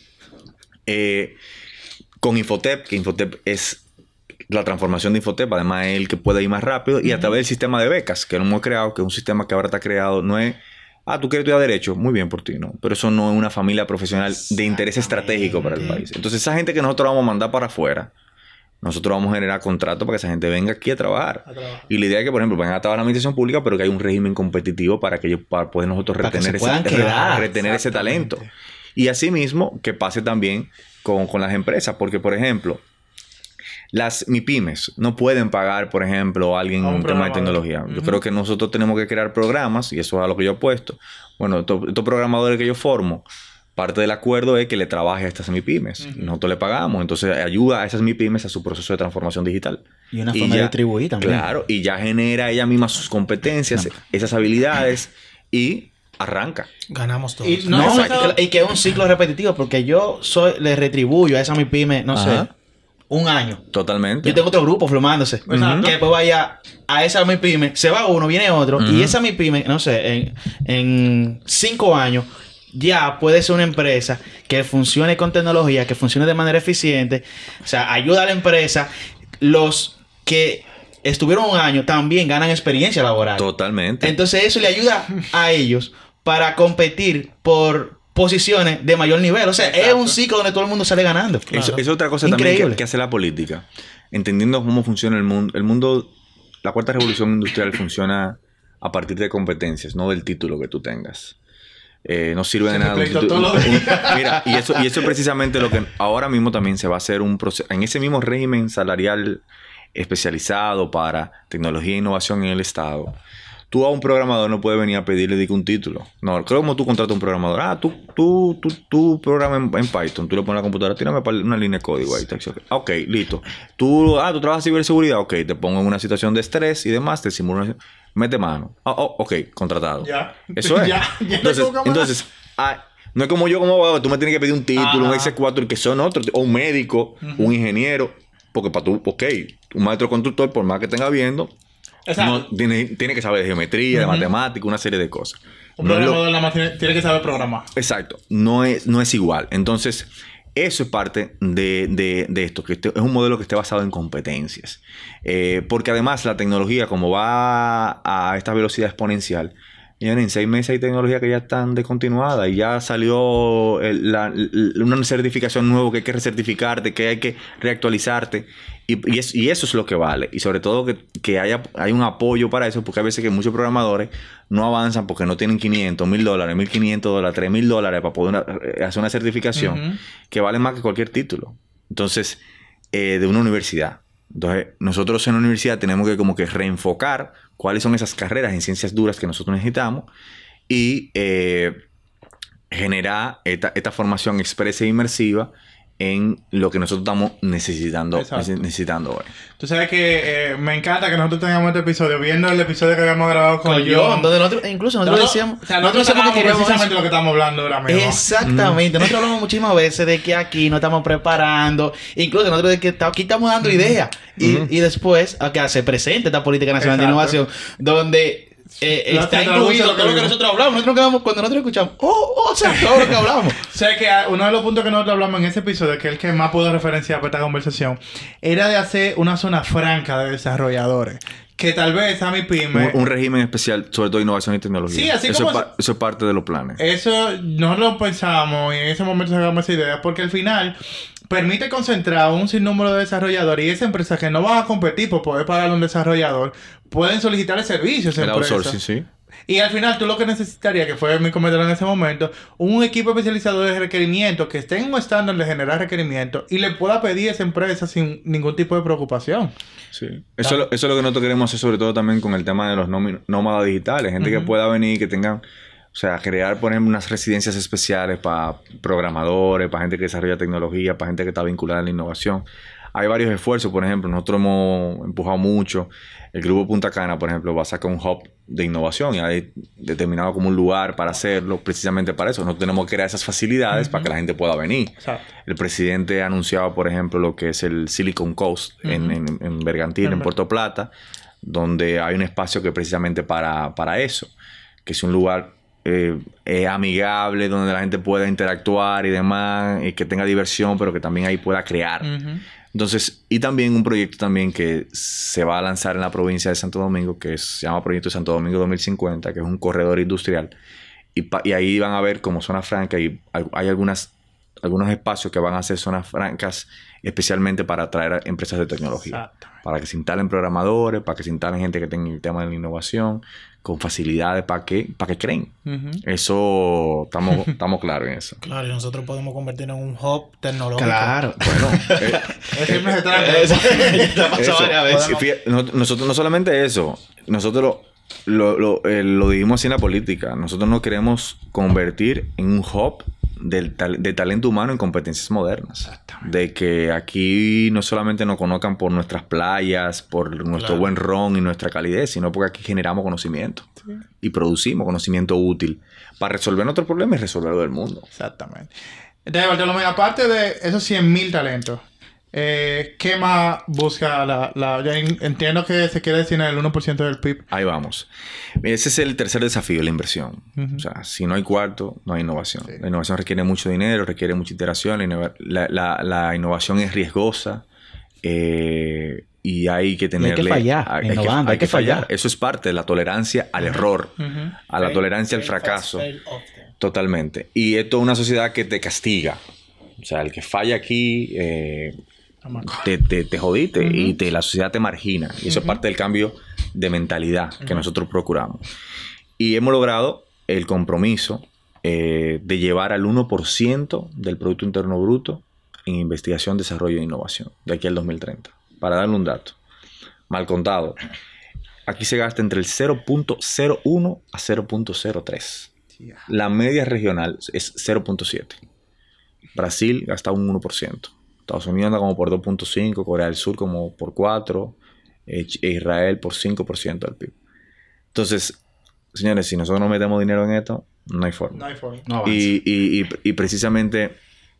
con Infotep, que Infotep es la transformación de Infotep, además es el que puede ir más rápido, y a través del sistema de becas que lo hemos creado, que es un sistema que ahora está creado, no es, tú quieres estudiar Derecho, muy bien por ti, ¿no? Pero eso no es una familia profesional de interés estratégico para el país. Entonces, esa gente que nosotros vamos a mandar para afuera, nosotros vamos a generar contratos para que esa gente venga aquí a trabajar. Y la idea es que, por ejemplo, vengan a trabajar en la administración pública, pero que hay un régimen competitivo para que ellos, para poder nosotros retener ese talento. Y asimismo, que pase también con las empresas, porque, por ejemplo, las MIPYMES no pueden pagar, por ejemplo, a alguien un tema de tecnología. Yo creo que nosotros tenemos que crear programas, y eso es a lo que yo apuesto. Bueno, estos programadores que yo formo, parte del acuerdo es que le trabaje a estas MIPYMES. Y nosotros le pagamos. Entonces, ayuda a esas MIPYMES a su proceso de transformación digital. Y una forma de distribuir también. Claro, y ya genera ella misma sus competencias, esas habilidades, y arranca. Ganamos todos. Y que es un ciclo repetitivo, porque yo le retribuyo a esa MIPYME, no sé, un año. Totalmente. Yo tengo otro grupo formándose. Que después vaya a esa MIPYME, se va uno, viene otro, y esa MIPYME, no sé, en 5 años ya puede ser una empresa que funcione con tecnología, que funcione de manera eficiente. O sea, ayuda a la empresa. Los que estuvieron un año también ganan experiencia laboral. Totalmente. Entonces eso le ayuda a ellos para competir por posiciones de mayor nivel. O sea, es un ciclo donde todo el mundo sale ganando. Claro. Eso es otra cosa también que hace la política. Entendiendo cómo funciona el mundo. El mundo, la cuarta revolución industrial funciona a partir de competencias, no del título que tú tengas. No sirve de nada. Mira, y eso es precisamente lo que ahora mismo también se va a hacer un proceso. En ese mismo régimen salarial especializado para tecnología e innovación en el Estado, tú a un programador no puedes venir a pedirle un título. No, creo como tú contratas a un programador. Tú programas en Python. Tú le pones a la computadora, tírame una línea de código ahí. Ok, listo. Tú trabajas en ciberseguridad. Ok, te pongo en una situación de estrés y demás. Te simulo. Mete mano. Ok, contratado. Ya. Eso es. Entonces, no es como yo como abogado. Tú me tienes que pedir un título, un X4, que son otros. O un médico, un ingeniero. Porque para tú, un maestro constructor, por más que tenga viendo, no, tiene que saber de geometría, de matemática, una serie de cosas. Un programador tiene que saber programar. Exacto. No es igual. Entonces, eso es parte de esto, que es un modelo que esté basado en competencias. Porque además la tecnología, como va a esta velocidad exponencial, en 6 meses hay tecnología que ya están descontinuadas y ya salió una certificación nueva que hay que recertificarte, que hay que reactualizarte. Y eso es lo que vale. Y sobre todo que hay un apoyo para eso, porque hay veces que muchos programadores no avanzan porque no tienen $500, $1,000, $1,500, $3,000 para poder hacer una certificación que vale más que cualquier título. Entonces, de una universidad. Entonces, nosotros en la universidad tenemos que como que reenfocar cuáles son esas carreras en ciencias duras que nosotros necesitamos y generar esta formación expresa e inmersiva en lo que nosotros estamos necesitando hoy. Tú sabes que me encanta que nosotros tengamos este episodio, viendo el episodio que habíamos grabado con John, donde nosotros decíamos... O sea, nosotros sabemos precisamente lo que estamos hablando ahora mismo. Exactamente. Nosotros hablamos muchísimas veces de que aquí nos estamos preparando. Incluso nosotros de que aquí estamos dando ideas. Y después, acá se presenta esta Política Nacional de Innovación, donde... está incluido todo lo que nosotros hablamos. Nosotros quedamos, cuando nosotros escuchamos, o sea, todo lo que hablamos. Sé que uno de los puntos que nosotros hablamos en ese episodio, que es el que más puedo referenciar para esta conversación, era de hacer una zona franca de desarrolladores. Que tal vez a mi pyme... Un régimen especial, sobre todo innovación y tecnología. Sí, así eso como... eso es parte de los planes. Eso no lo pensamos y en ese momento sacamos esa idea porque al final permite concentrar un sinnúmero de desarrolladores y esas empresas que no van a competir por poder pagar a un desarrollador pueden solicitar servicios a el empresas. outsourcing, sí. Y al final tú lo que necesitarías, que fue mi comentario en ese momento, un equipo especializado de requerimientos que esté en un estándar de generar requerimientos y le pueda pedir a esa empresa sin ningún tipo de preocupación. Sí. Eso es lo que nosotros queremos hacer, sobre todo también con el tema de los nómadas digitales. Gente que pueda venir, que tengan... O sea, crear, por ejemplo, unas residencias especiales para programadores, para gente que desarrolla tecnología, para gente que está vinculada a la innovación. Hay varios esfuerzos, por ejemplo, nosotros hemos empujado mucho. El Grupo Punta Cana, por ejemplo, va a sacar un hub de innovación y hay determinado como un lugar para hacerlo, precisamente para eso. Nosotros tenemos que crear esas facilidades para que la gente pueda venir. Exacto. El presidente ha anunciado, por ejemplo, lo que es el Silicon Coast en Bergantín, en Puerto Plata, donde hay un espacio que precisamente para eso, que es un lugar amigable, donde la gente pueda interactuar y demás, y que tenga diversión, pero que también ahí pueda crear. Entonces, y también un proyecto también que se va a lanzar en la provincia de Santo Domingo, que se llama Proyecto Santo Domingo 2050, que es un corredor industrial. Y ahí van a ver como zona franca y hay algunos espacios que van a ser zonas francas especialmente para atraer a empresas de tecnología. Para que se instalen programadores, para que se instalen gente que tenga el tema de la innovación, con facilidades para que creen. Eso, estamos claros en eso. Claro, y nosotros podemos convertirnos en un hub tecnológico. Claro. Bueno, nosotros no solamente eso, nosotros lo dijimos así en la política. Nosotros nos queremos convertir en un hub de talento humano en competencias modernas. De que aquí no solamente nos conozcan por nuestras playas, por nuestro buen ron y nuestra calidez, sino porque aquí generamos conocimiento y producimos conocimiento útil para resolver nuestros problemas y resolverlo del mundo. Exactamente. Entonces, Bartolomé, aparte de esos 100,000 talentos, ¿qué más busca ya entiendo que se quiere destinar el 1% del PIB. Ahí vamos. Ese es el tercer desafío, la inversión. O sea, si no hay cuarto, no hay innovación. La innovación requiere mucho dinero, requiere mucha iteración. La innovación es riesgosa. Y hay que tenerle... Hay que fallar. Hay que fallar. Eso es parte de la tolerancia al error. A la tolerancia al fracaso. Totalmente. Y esto es una sociedad que te castiga. O sea, el que falla aquí... te jodiste y la sociedad te margina. Y eso es parte del cambio de mentalidad que nosotros procuramos. Y hemos logrado el compromiso de llevar al 1% del Producto Interno Bruto en investigación, desarrollo e innovación de aquí al 2030. Para darle un dato. Mal contado. Aquí se gasta entre el 0.01 a 0.03. La media regional es 0.7. Brasil gasta un 1%. Estados Unidos anda como por 2.5%, Corea del Sur como por 4%, Israel por 5% del PIB. Entonces, señores, si nosotros no metemos dinero en esto, no hay forma. No hay forma. No y precisamente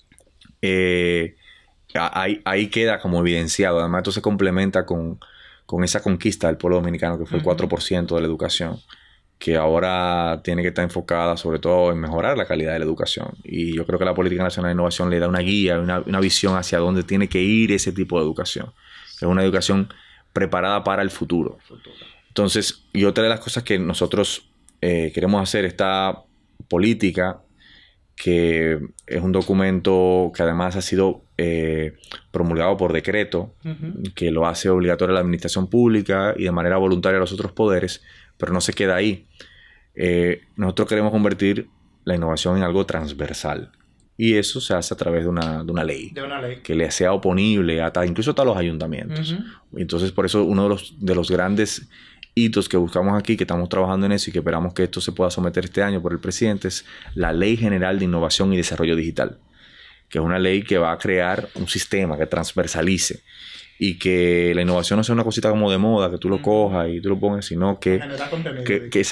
ahí queda como evidenciado. Además, esto se complementa con esa conquista del pueblo dominicano, que fue el 4% de la educación, que ahora tiene que estar enfocada sobre todo en mejorar la calidad de la educación. Y yo creo que la Política Nacional de Innovación le da una guía, una visión hacia dónde tiene que ir ese tipo de educación. Que es una educación preparada para el futuro. Entonces, y otra de las cosas que nosotros queremos hacer, esta política, que es un documento que además ha sido promulgado por decreto, que lo hace obligatorio a la administración pública y de manera voluntaria a los otros poderes, pero no se queda ahí. Nosotros queremos convertir la innovación en algo transversal. Y eso se hace a través de una ley. De una ley. Que le sea oponible incluso hasta los ayuntamientos. Entonces, por eso uno de los grandes hitos que buscamos aquí, que estamos trabajando en eso y que esperamos que esto se pueda someter este año por el presidente, es la Ley General de Innovación y Desarrollo Digital, que es una ley que va a crear un sistema que transversalice y que la innovación no sea una cosita como de moda, que tú lo cojas y tú lo pongas, sino que... Generar contenido.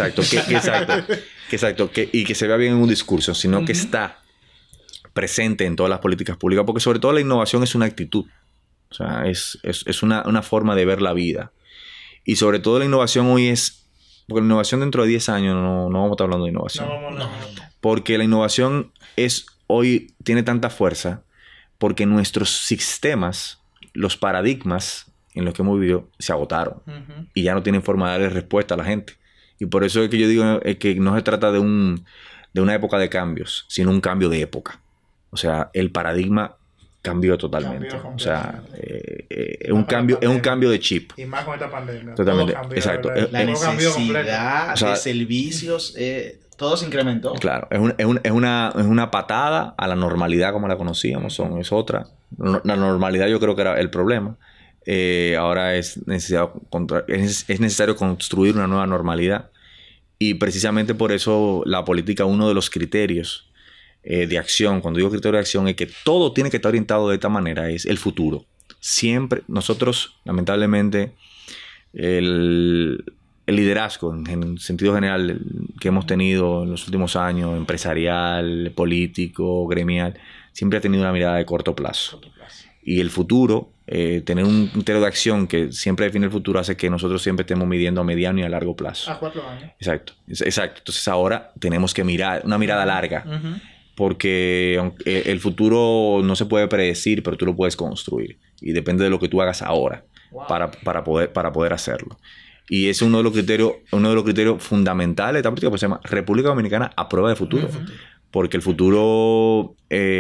Y que se vea bien en un discurso, sino que está presente en todas las políticas públicas, porque sobre todo la innovación es una actitud. O sea, es una forma de ver la vida. Y sobre todo la innovación hoy es... Porque la innovación dentro de 10 años no vamos a estar hablando de innovación. No. Porque la innovación hoy tiene tanta fuerza porque nuestros sistemas, los paradigmas en los que hemos vivido, se agotaron. Y ya no tienen forma de darle respuesta a la gente. Y por eso es que yo digo que no se trata de una época de cambios, sino un cambio de época. O sea, el paradigma cambió totalmente. O sea, es un cambio de chip. Y más con esta pandemia. Totalmente. Todo cambió, exacto. La cambió necesidad O sea, de servicios, todo se incrementó. Claro, es una patada a la normalidad como la conocíamos. Es otra. La normalidad yo creo que era el problema. Ahora es necesario construir una nueva normalidad. Y precisamente por eso la política, uno de los criterios de acción, cuando digo criterio de acción, es que todo tiene que estar orientado de esta manera, es el futuro. Siempre, nosotros, lamentablemente, el liderazgo en sentido general que hemos tenido en los últimos años, empresarial, político, gremial, siempre ha tenido una mirada de corto plazo. Y el futuro, tener un criterio de acción que siempre define el futuro, hace que nosotros siempre estemos midiendo a mediano y a largo plazo. A 4 años. Exacto. Entonces ahora tenemos que mirar, una mirada larga. Porque el futuro no se puede predecir, pero tú lo puedes construir. Y depende de lo que tú hagas ahora para poder hacerlo. Y es uno de los criterios fundamentales de esta política, pues se llama República Dominicana a prueba de futuro. Porque el futuro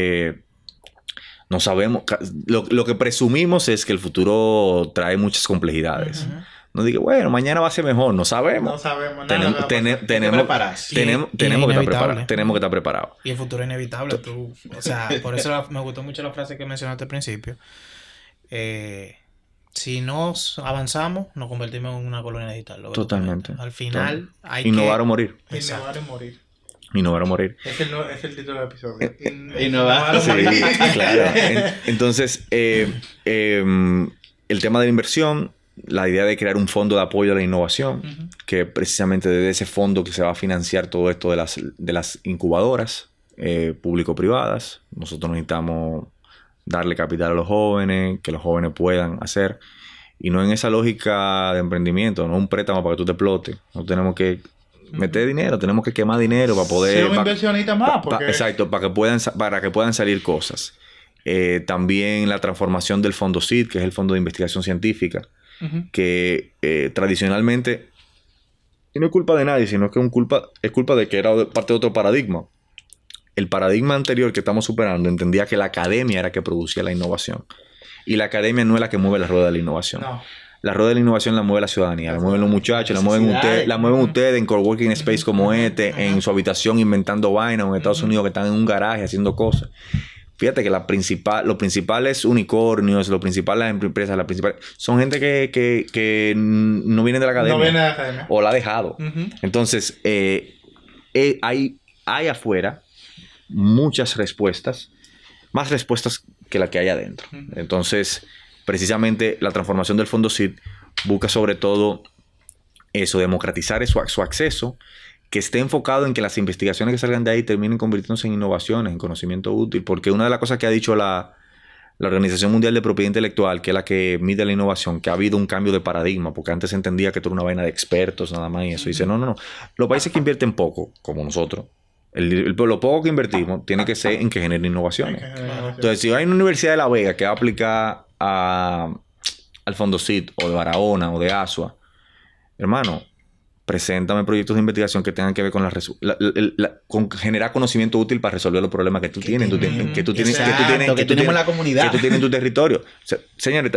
no sabemos. Lo que presumimos es que el futuro trae muchas complejidades. No digo, bueno, mañana va a ser mejor. No sabemos. No sabemos. Tenemos que estar preparados. Y el futuro es inevitable. O sea, por eso me gustó mucho la frase que mencionaste al principio. Si nos avanzamos, nos convertimos en una colonia digital. Totalmente. Al final hay innovar o morir. Innovar o morir. Innovar o morir. Es el título del episodio. Innovar o morir. Claro. Entonces, el tema de la inversión, la idea de crear un fondo de apoyo a la innovación, que precisamente desde ese fondo que se va a financiar todo esto de las incubadoras público-privadas. Nosotros necesitamos darle capital a los jóvenes, que los jóvenes puedan hacer. Y no en esa lógica de emprendimiento, no un préstamo para que tú te explotes. No tenemos que meter dinero, tenemos que quemar dinero para poder... Ser un inversionista más. Exacto, para que puedan salir cosas. También la transformación del Fondo CID, que es el Fondo de Investigación Científica, que tradicionalmente, y no es culpa de nadie, sino que es culpa de que era parte de otro paradigma. El paradigma anterior que estamos superando entendía que la academia era que producía la innovación. Y la academia no es la que mueve la rueda de la innovación. No. La rueda de la innovación la mueve la ciudadanía, la mueven los muchachos, la mueven ustedes en coworking space como en su habitación inventando vainas, o en Estados Unidos que están en un garaje haciendo cosas. Fíjate que los principales unicornios, los principales empresas, son gente que no vienen de la academia. No vienen de la academia. O la ha dejado. Entonces, hay afuera muchas respuestas, más respuestas que la que hay adentro. Entonces, precisamente la transformación del Fondo CID busca sobre todo eso, democratizar su acceso, que esté enfocado en que las investigaciones que salgan de ahí terminen convirtiéndose en innovaciones, en conocimiento útil, porque una de las cosas que ha dicho la Organización Mundial de Propiedad Intelectual, que es la que mide la innovación, que ha habido un cambio de paradigma, porque antes se entendía que esto era una vaina de expertos nada más y eso. Dice, no. Los países que invierten poco, como nosotros, lo poco que invertimos tiene que ser en que genere innovaciones. Entonces, si hay una universidad de La Vega que va a aplicar al Fondo CID, o de Barahona, o de ASUA, hermano, preséntame proyectos de investigación que tengan que ver con generar conocimiento útil para resolver los problemas que tú tienes, que tenemos la comunidad, que tú tienes en tu territorio. O sea, señores,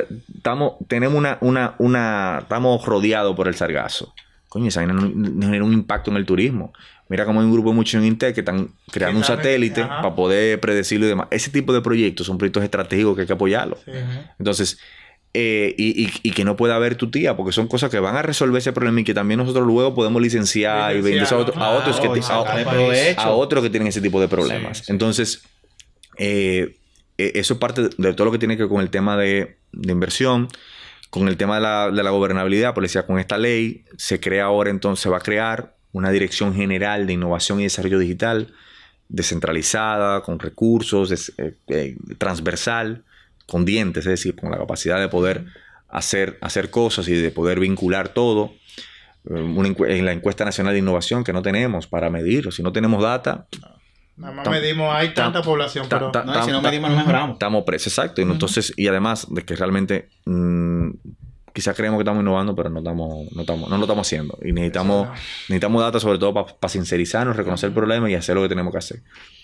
estamos rodeados por el sargazo. Coño, esa vaina no genera un impacto en el turismo. Mira cómo hay un grupo de muchos en Intec que están creando un satélite para poder predecirlo y demás. Ese tipo de proyectos son proyectos estratégicos que hay que apoyarlos. Entonces, y que no pueda haber tu tía, porque son cosas que van a resolver ese problema y que también nosotros luego podemos licenciar y vender a otros que tienen ese tipo de problemas. Entonces, eso es parte de todo lo que tiene que ver con el tema de inversión, con el tema de la gobernabilidad. Pues decía, con esta ley se crea ahora, entonces va a crear una Dirección General de Innovación y Desarrollo Digital descentralizada, con recursos, transversal, con dientes, es decir, con la capacidad de poder hacer cosas y de poder vincular todo. En la encuesta nacional de innovación que no tenemos para medir, o si no tenemos data... Nada más medimos, hay tanta población, pero... si no medimos no mejoramos. Estamos presos, exacto. Y entonces, y además de que realmente quizás creemos que estamos innovando, pero no lo estamos haciendo. Y necesitamos data sobre todo para sincerizarnos, reconocer el problema y hacer lo que tenemos que hacer.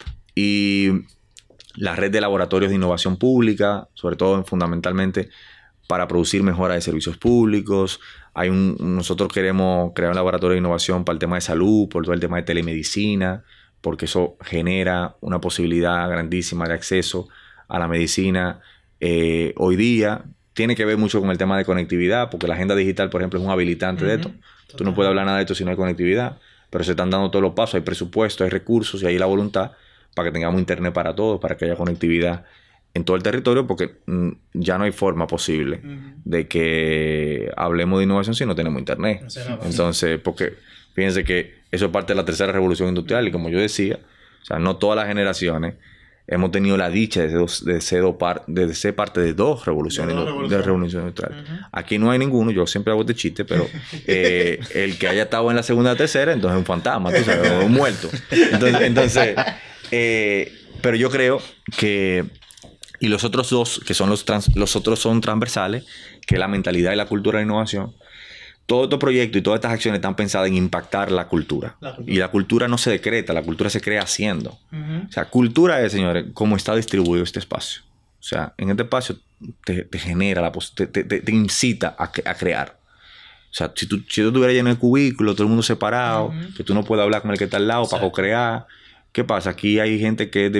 Y la red de laboratorios de innovación pública, sobre todo fundamentalmente para producir mejoras de servicios públicos. Nosotros queremos crear un laboratorio de innovación para el tema de salud, por todo el tema de telemedicina, porque eso genera una posibilidad grandísima de acceso a la medicina hoy día. Tiene que ver mucho con el tema de conectividad, porque la agenda digital, por ejemplo, es un habilitante de esto. Tú no puedes hablar nada de esto si no hay conectividad, pero se están dando todos los pasos, hay presupuesto, hay recursos y hay la voluntad para que tengamos internet para todos, para que haya conectividad en todo el territorio, porque ya no hay forma posible de que hablemos de innovación si no tenemos internet. Entonces, porque fíjense que eso es parte de la tercera revolución industrial y como yo decía, o sea, no todas las generaciones hemos tenido la dicha de ser parte de dos revoluciones industriales. Aquí no hay ninguno, yo siempre hago este chiste, pero el que haya estado en la segunda o tercera, entonces es un fantasma, tú sabes, un muerto. Entonces pero yo creo que... Y los otros dos, que son los otros son transversales, que es la mentalidad y la cultura de innovación. Todo este proyecto y todas estas acciones están pensadas en impactar la cultura. Y la cultura no se decreta, la cultura se crea haciendo. O sea, cultura es, señores, cómo está distribuido este espacio. O sea, en este espacio te genera, te incita a crear. O sea, si tú estuvieras lleno de cubículos, todo el mundo separado, que tú no puedes hablar con el que está al lado para co-crear. ¿Qué pasa? Aquí hay gente que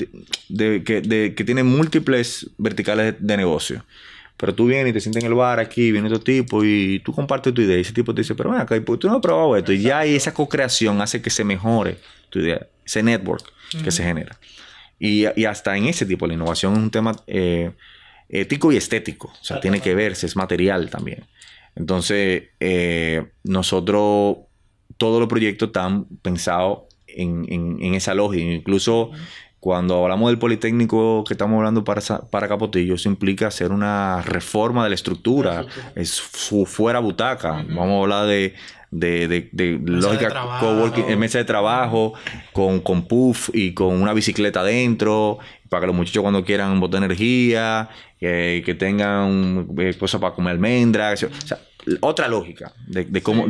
tiene múltiples verticales de negocio. Pero tú vienes y te sientes en el bar aquí, viene otro tipo y tú compartes tu idea. Y ese tipo te dice, pero ven acá, tú no has probado esto. Y ya hay esa co-creación hace que se mejore tu idea. Ese network que se genera. Y hasta en ese tipo, la innovación es un tema ético y estético. O sea, tiene que verse, es material también. Entonces, nosotros, todos los proyectos están pensados en esa lógica. Incluso cuando hablamos del Politécnico que estamos hablando para Capotillo, eso implica hacer una reforma de la estructura. Es fuera butaca. Vamos a hablar de lógica coworking, en mesa de trabajo, con puff y con una bicicleta adentro, para que los muchachos cuando quieran botar energía, que tengan cosas para comer almendras. O sea, otra lógica de cómo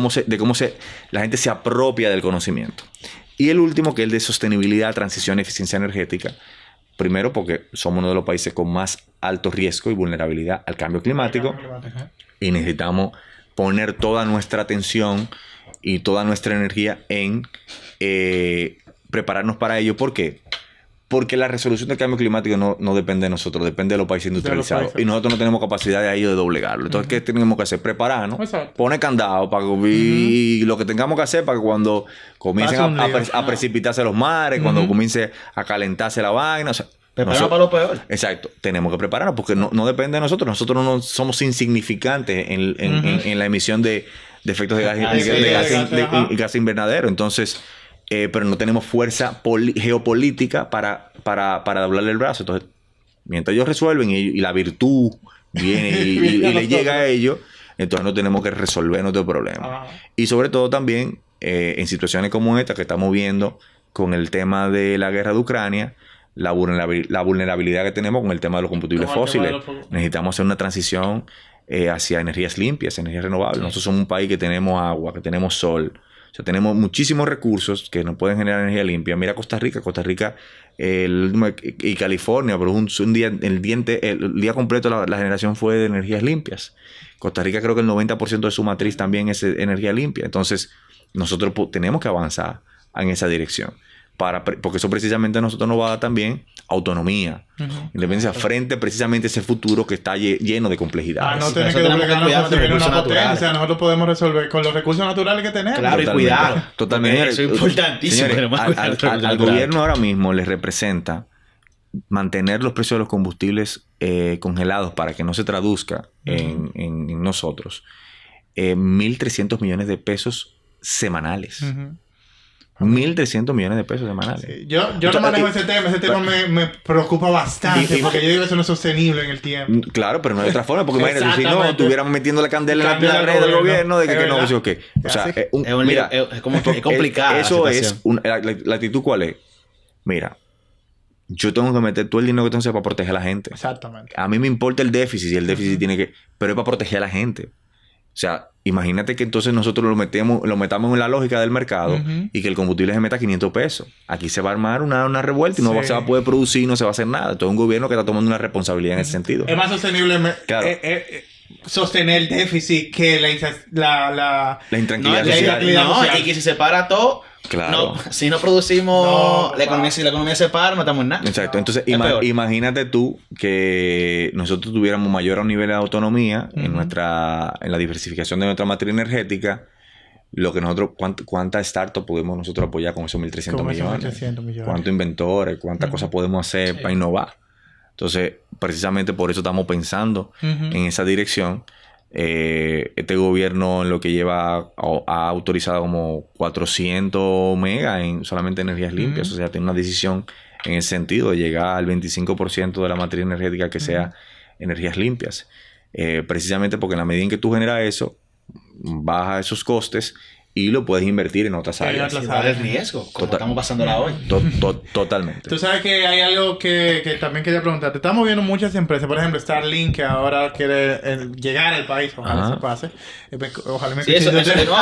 la gente se apropia del conocimiento. Y el último, que es el de sostenibilidad, transición y eficiencia energética. Primero, porque somos uno de los países con más alto riesgo y vulnerabilidad al cambio climático. Y necesitamos poner toda nuestra atención y toda nuestra energía en prepararnos para ello. ¿Por qué? Porque la resolución del cambio climático no depende de nosotros, depende de los países industrializados. Y nosotros no tenemos capacidad de ello de doblegarlo. Entonces, ¿qué tenemos que hacer? Prepararnos, poner candado para y lo que tengamos que hacer para que cuando comiencen a precipitarse los mares, cuando comience a calentarse la vaina, o sea, prepararnos para lo peor. Exacto. Tenemos que prepararnos porque no depende de nosotros. Nosotros no somos insignificantes en la emisión de efectos de gas invernadero. Entonces... pero no tenemos fuerza geopolítica para doblarle el brazo. Entonces, mientras ellos resuelven y la virtud viene y les llega a ellos, entonces no tenemos que resolver nuestro problema. Y sobre todo también en situaciones como esta que estamos viendo con el tema de la guerra de Ucrania, la vulnerabilidad que tenemos con el tema de los combustibles fósiles. Necesitamos hacer una transición hacia energías limpias, energías renovables. Nosotros somos un país que tenemos agua, que tenemos sol. O sea, tenemos muchísimos recursos que nos pueden generar energía limpia. Mira Costa Rica y California, pero el día completo la generación fue de energías limpias. Costa Rica creo que el 90% de su matriz también es energía limpia. Entonces, nosotros tenemos que avanzar en esa dirección. Porque eso precisamente a nosotros nos va a dar también autonomía, independencia frente precisamente a ese futuro que está lleno de complejidades. No tenemos que doblegarnos con recursos naturales. Nosotros podemos resolver con los recursos naturales que tenemos. Claro, y cuidado. Totalmente. Eso es importantísimo. Señores, al gobierno ahora mismo les representa mantener los precios de los combustibles congelados para que no se traduzca en nosotros, 1.300 millones de pesos semanales. 1.300 millones de pesos semanales. Sí. Yo no manejo ese tema me preocupa bastante porque yo digo que eso no es sostenible en el tiempo. Claro, pero no hay otra forma, porque imagínate, si no estuviéramos metiendo la candela en la red del gobierno de que no sé o qué. O sea, mira, es complicado. Eso es la actitud. ¿Cuál es? Mira, yo tengo que meter todo el dinero que tengo que hacer para proteger a la gente. Exactamente. A mí me importa el déficit y el déficit tiene que... Pero es para proteger a la gente. O sea, imagínate que entonces nosotros lo metamos en la lógica del mercado y que el combustible se meta a 500 pesos. Aquí se va a armar una revuelta y no se va a poder producir, no se va a hacer nada. Todo un gobierno que está tomando una responsabilidad en ese sentido. Es más sostenible sostener el déficit que la intranquilidad social. No, y que si se para todo... Claro. No, si no producimos la economía se para, no estamos en nada. Exacto. Entonces, imagínate tú que nosotros tuviéramos mayor nivel de autonomía en la diversificación de nuestra matriz energética. Lo que nosotros, ¿cuántas startups podemos nosotros apoyar con esos 1.300 millones? ¿Cuántos inventores? ¿Cuántas cosas podemos hacer para innovar? Entonces, precisamente por eso estamos pensando en esa dirección. Este gobierno en lo que lleva ha autorizado como 400 megas en solamente energías limpias. O sea, tiene una decisión en el sentido de llegar al 25% de la matriz energética que sea energías limpias. Precisamente porque en la medida en que tú generas eso, baja esos costes y lo puedes invertir en otras áreas. Dar el riesgo, como estamos pasándola hoy. Totalmente. Tú sabes que hay algo que también quería preguntarte. Estamos viendo muchas empresas, por ejemplo, Starlink, que ahora quiere llegar al país. Ojalá se pase. Ojalá me eso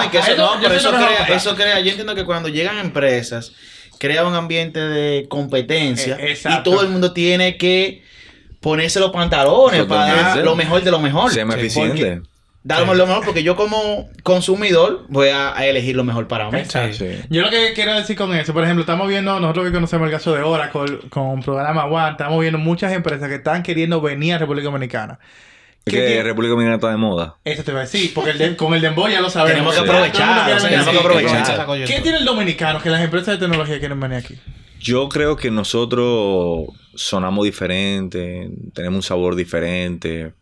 crea. Yo entiendo que cuando llegan empresas, crea un ambiente de competencia y todo el mundo tiene que ponerse los pantalones para dar lo mejor de lo mejor. Sea más eficiente. Damos lo mejor porque yo como consumidor voy a elegir lo mejor para mí. Sí. Yo lo que quiero decir con eso, por ejemplo, estamos viendo, nosotros que conocemos el caso de Oracle con el programa One, estamos viendo muchas empresas que están queriendo venir a República Dominicana. Que República Dominicana está de moda. Eso te iba a decir, porque con el dembow ya lo sabemos. Tenemos que aprovechar. ¿Qué tiene el dominicano que las empresas de tecnología quieren venir aquí? Yo creo que nosotros sonamos diferente, tenemos un sabor diferente.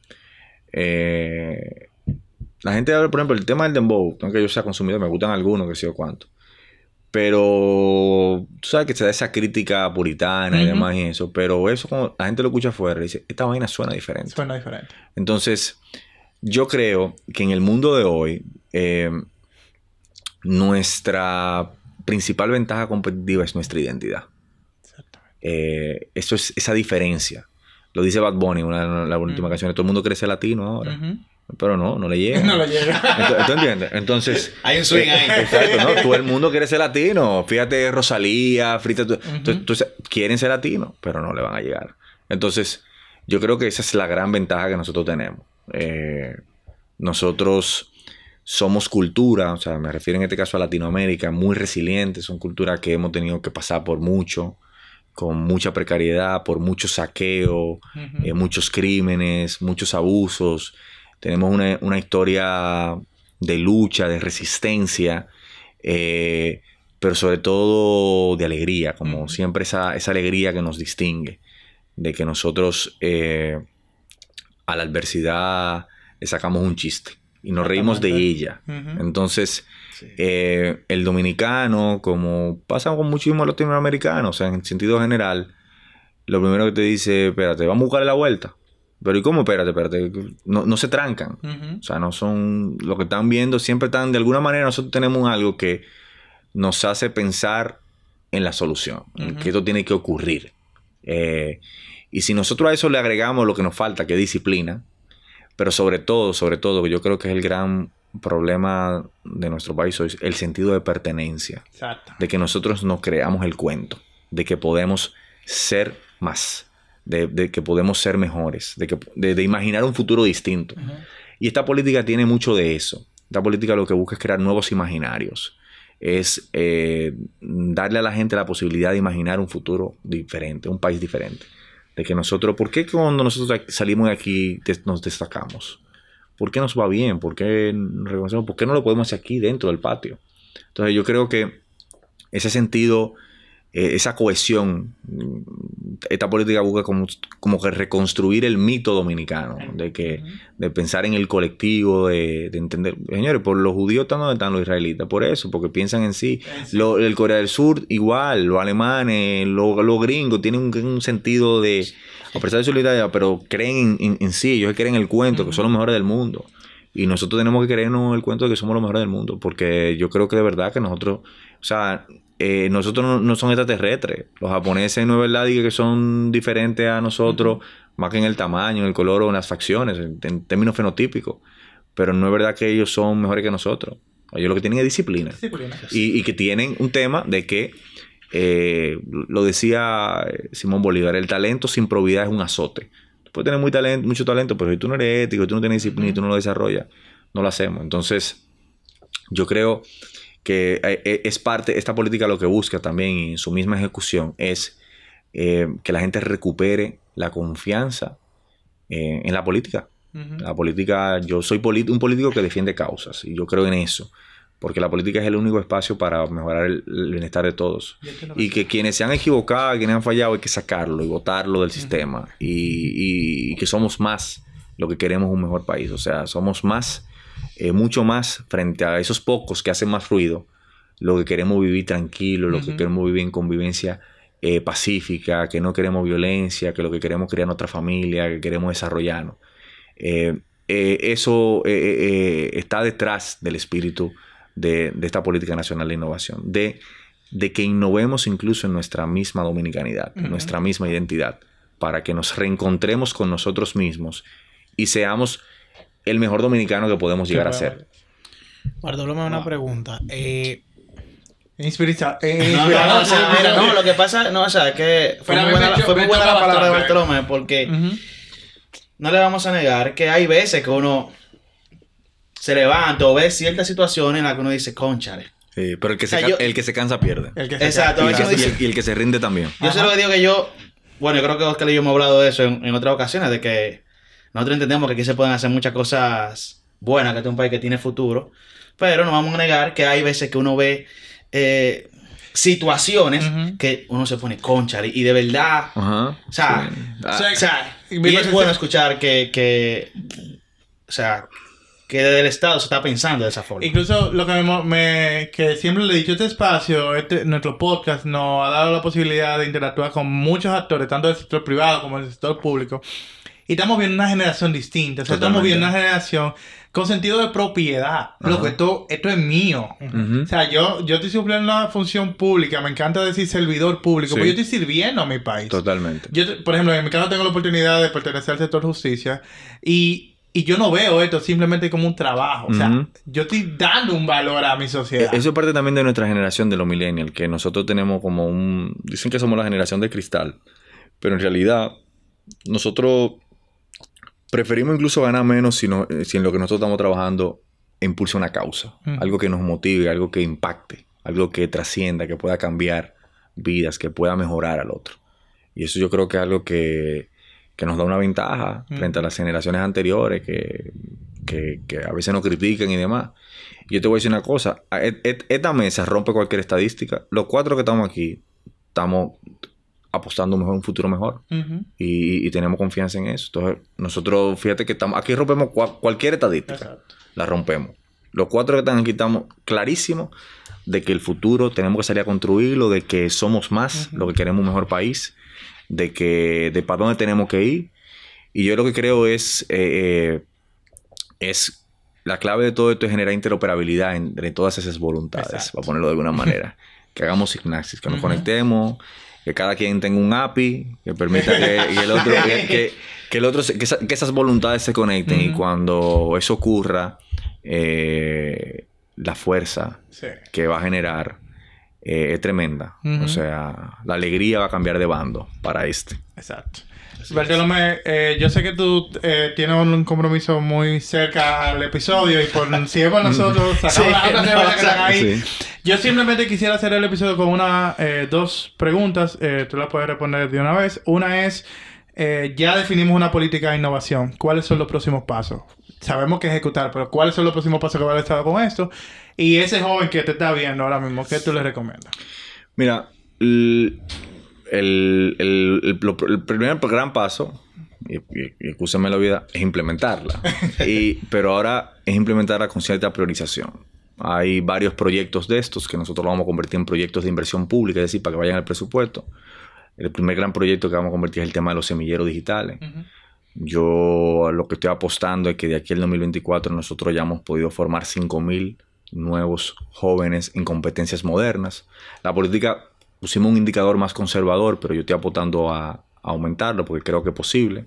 La gente habla, por ejemplo, el tema del dembow, aunque yo sea consumidor, me gustan algunos, que sé yo cuánto. Pero tú sabes que se da esa crítica puritana y demás y eso. Pero eso, como la gente lo escucha afuera, dice, esta vaina suena diferente. Suena diferente. Entonces, yo creo que en el mundo de hoy, nuestra principal ventaja competitiva es nuestra identidad. Exactamente. Eso es esa diferencia. Lo dice Bad Bunny en una de las últimas canciones. Todo el mundo quiere ser latino ahora. Pero no le llega. No le llega. ¿Tú entiendes? Entonces... hay un swing ahí. Exacto, ¿no? Todo el mundo quiere ser latino. Fíjate, Rosalía, entonces, quieren ser latinos, pero no le van a llegar. Entonces, yo creo que esa es la gran ventaja que nosotros tenemos. Nosotros somos cultura, o sea, me refiero en este caso a Latinoamérica, muy resilientes. Son culturas que hemos tenido que pasar por mucho, con mucha precariedad, por mucho saqueo, muchos crímenes, muchos abusos. Tenemos una historia de lucha, de resistencia, pero sobre todo de alegría, como siempre esa alegría que nos distingue, de que nosotros a la adversidad le sacamos un chiste y nos reímos de ella. Entonces, el dominicano, como pasa con muchísimos latinoamericanos, o sea, en sentido general, lo primero que te dice, espérate, vamos a buscarle la vuelta. Pero ¿y cómo? Espérate. No se trancan. O sea, no son... Lo que están viendo siempre están... De alguna manera nosotros tenemos algo que nos hace pensar en la solución. En que esto tiene que ocurrir. Y si nosotros a eso le agregamos lo que nos falta, que es disciplina. Pero sobre todo, que yo creo que es el gran problema de nuestro país hoy, el sentido de pertenencia. Exacto. De que nosotros nos creamos el cuento. De que podemos ser más. De que podemos ser mejores, de imaginar un futuro distinto. Y esta política tiene mucho de eso. Esta política lo que busca es crear nuevos imaginarios. Es darle a la gente la posibilidad de imaginar un futuro diferente, un país diferente. De que nosotros, ¿por qué cuando nosotros salimos de aquí nos destacamos? ¿Por qué nos va bien? ¿Por qué reconocemos? ¿Por qué no lo podemos hacer aquí dentro del patio? Entonces yo creo que ese sentido... esa cohesión esta política busca como que reconstruir el mito dominicano, de pensar en el colectivo, de entender, señores, por los judíos están donde están los israelitas, por eso, porque piensan en sí. El Corea del Sur igual, los alemanes, los gringos tienen un sentido de, a pesar de su solidaridad, pero creen en sí, ellos creen en el cuento, que son los mejores del mundo. Y nosotros tenemos que creernos el cuento de que somos los mejores del mundo, porque yo creo que de verdad que nosotros, o sea, nosotros no son extraterrestres. Los japoneses no es verdad que son diferentes a nosotros, más que en el tamaño, en el color o en las facciones, en términos fenotípicos. Pero no es verdad que ellos son mejores que nosotros. Ellos lo que tienen es disciplina. Y que tienen un tema de que, lo decía Simón Bolívar, el talento sin probidad es un azote. Puedes tener mucho talento, pero si tú no eres ético, si tú no tienes disciplina y tú no lo desarrollas, no lo hacemos. Entonces, yo creo que es parte, esta política lo que busca también en su misma ejecución es que la gente recupere la confianza en la política. La política, yo soy un político que defiende causas y yo creo en eso. Porque la política es el único espacio para mejorar el bienestar de todos. Y que quienes se han equivocado, quienes han fallado, hay que sacarlo y botarlo del sistema. Y que somos más lo que queremos un mejor país. O sea, somos más, mucho más frente a esos pocos que hacen más ruido. Lo que queremos vivir tranquilo, lo que queremos vivir en convivencia pacífica, que no queremos violencia, que lo que queremos es crear nuestra familia, que queremos desarrollarnos. Eso está detrás del espíritu de esta política nacional de innovación, de que innovemos incluso en nuestra misma dominicanidad, en nuestra misma identidad, para que nos reencontremos con nosotros mismos y seamos el mejor dominicano que podemos llegar a ser. Bartolomé, una pregunta. Inspiración. No, o sea, mira, no, lo que pasa, no, o sea, que fue muy buena la palabra de Bartolomé, porque no le vamos a negar que hay veces que uno se levanta o ve ciertas situaciones en las que uno dice, cónchale. Sí, pero el que se cansa pierde. Exacto. Y el que se rinde también. Yo sé lo que digo que yo creo que Oscar y yo hemos hablado de eso en otras ocasiones, de que nosotros entendemos que aquí se pueden hacer muchas cosas buenas, que este es un país que tiene futuro, pero no vamos a negar que hay veces que uno ve situaciones que uno se pone cónchale y de verdad, o sea, y es bueno escuchar que desde el Estado se está pensando de esa forma. Incluso lo que siempre le he dicho, este espacio, nuestro podcast nos ha dado la posibilidad de interactuar con muchos actores, tanto del sector privado como del sector público. Y estamos viendo una generación distinta. O sea, estamos viendo una generación con sentido de propiedad. Lo que esto es mío. O sea, yo estoy cumpliendo una función pública. Me encanta decir servidor público. Porque yo estoy sirviendo a mi país. Totalmente. Yo, por ejemplo, en mi caso tengo la oportunidad de pertenecer al sector justicia. Y yo no veo esto simplemente como un trabajo. O sea, yo estoy dando un valor a mi sociedad. Eso es parte también de nuestra generación de los millennials. Que nosotros tenemos como dicen que somos la generación de cristal. Pero en realidad, nosotros preferimos incluso ganar menos si en lo que nosotros estamos trabajando impulsa una causa. Algo que nos motive, algo que impacte, algo que trascienda, que pueda cambiar vidas, que pueda mejorar al otro. Y eso yo creo que es algo que nos da una ventaja frente a las generaciones anteriores que a veces nos critican y demás. Y yo te voy a decir una cosa. Esta mesa rompe cualquier estadística. Los 4 que estamos aquí estamos apostando un futuro mejor. Y tenemos confianza en eso. Entonces, nosotros, fíjate que aquí rompemos cualquier estadística. Exacto. La rompemos. Los 4 que están aquí estamos clarísimos de que el futuro tenemos que salir a construirlo, de que somos más, lo que queremos un mejor país, de para dónde tenemos que ir. Y yo lo que creo es la clave de todo esto es generar interoperabilidad entre todas esas voluntades. Exacto. Para ponerlo de alguna manera. Que hagamos sinapsis, que nos conectemos, que cada quien tenga un API que permita que esas voluntades se conecten. Y cuando eso ocurra, la fuerza que va a generar es tremenda. O sea, la alegría va a cambiar de bando para Exacto. Bartolomé, yo sé que tú tienes un compromiso muy cerca al episodio y si es por nosotros, sacamos las otras temas que están ahí. Yo simplemente quisiera hacer el episodio con dos preguntas. Tú las puedes responder de una vez. Una es, ya definimos una política de innovación. ¿Cuáles son los próximos pasos? Sabemos que ejecutar, pero ¿cuáles son los próximos pasos que va a estar con esto? Y ese joven que te está viendo ahora mismo, ¿qué tú le recomiendas? Mira, el primer gran paso, y escúchame la vida, es implementarla. Pero ahora es implementarla con cierta priorización. Hay varios proyectos de estos que nosotros los vamos a convertir en proyectos de inversión pública, es decir, para que vayan al presupuesto. El primer gran proyecto que vamos a convertir es el tema de los semilleros digitales. Yo lo que estoy apostando es que de aquí al 2024 nosotros ya hemos podido formar 5,000 nuevos jóvenes en competencias modernas. La política, pusimos un indicador más conservador, pero yo estoy apostando a aumentarlo porque creo que es posible.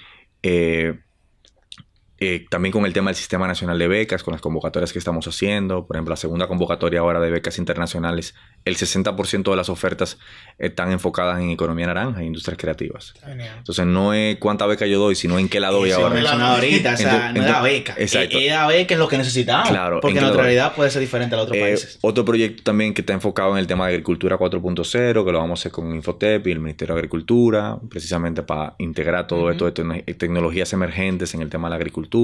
También con el tema del Sistema Nacional de Becas, con las convocatorias que estamos haciendo. Por ejemplo, la segunda convocatoria ahora de becas internacionales, el 60% de las ofertas están enfocadas en economía naranja e industrias creativas. Genial. Entonces, no es cuánta beca yo doy, sino en qué la doy ahora. Mencionado ahorita, o sea, no es la beca. Exacto. Es la beca en lo que necesitamos. Claro, porque nuestra realidad puede ser diferente a los otros países. Otro proyecto también que está enfocado en el tema de agricultura 4.0, que lo vamos a hacer con Infotep y el Ministerio de Agricultura, precisamente para integrar todo esto de tecnologías emergentes en el tema de la agricultura.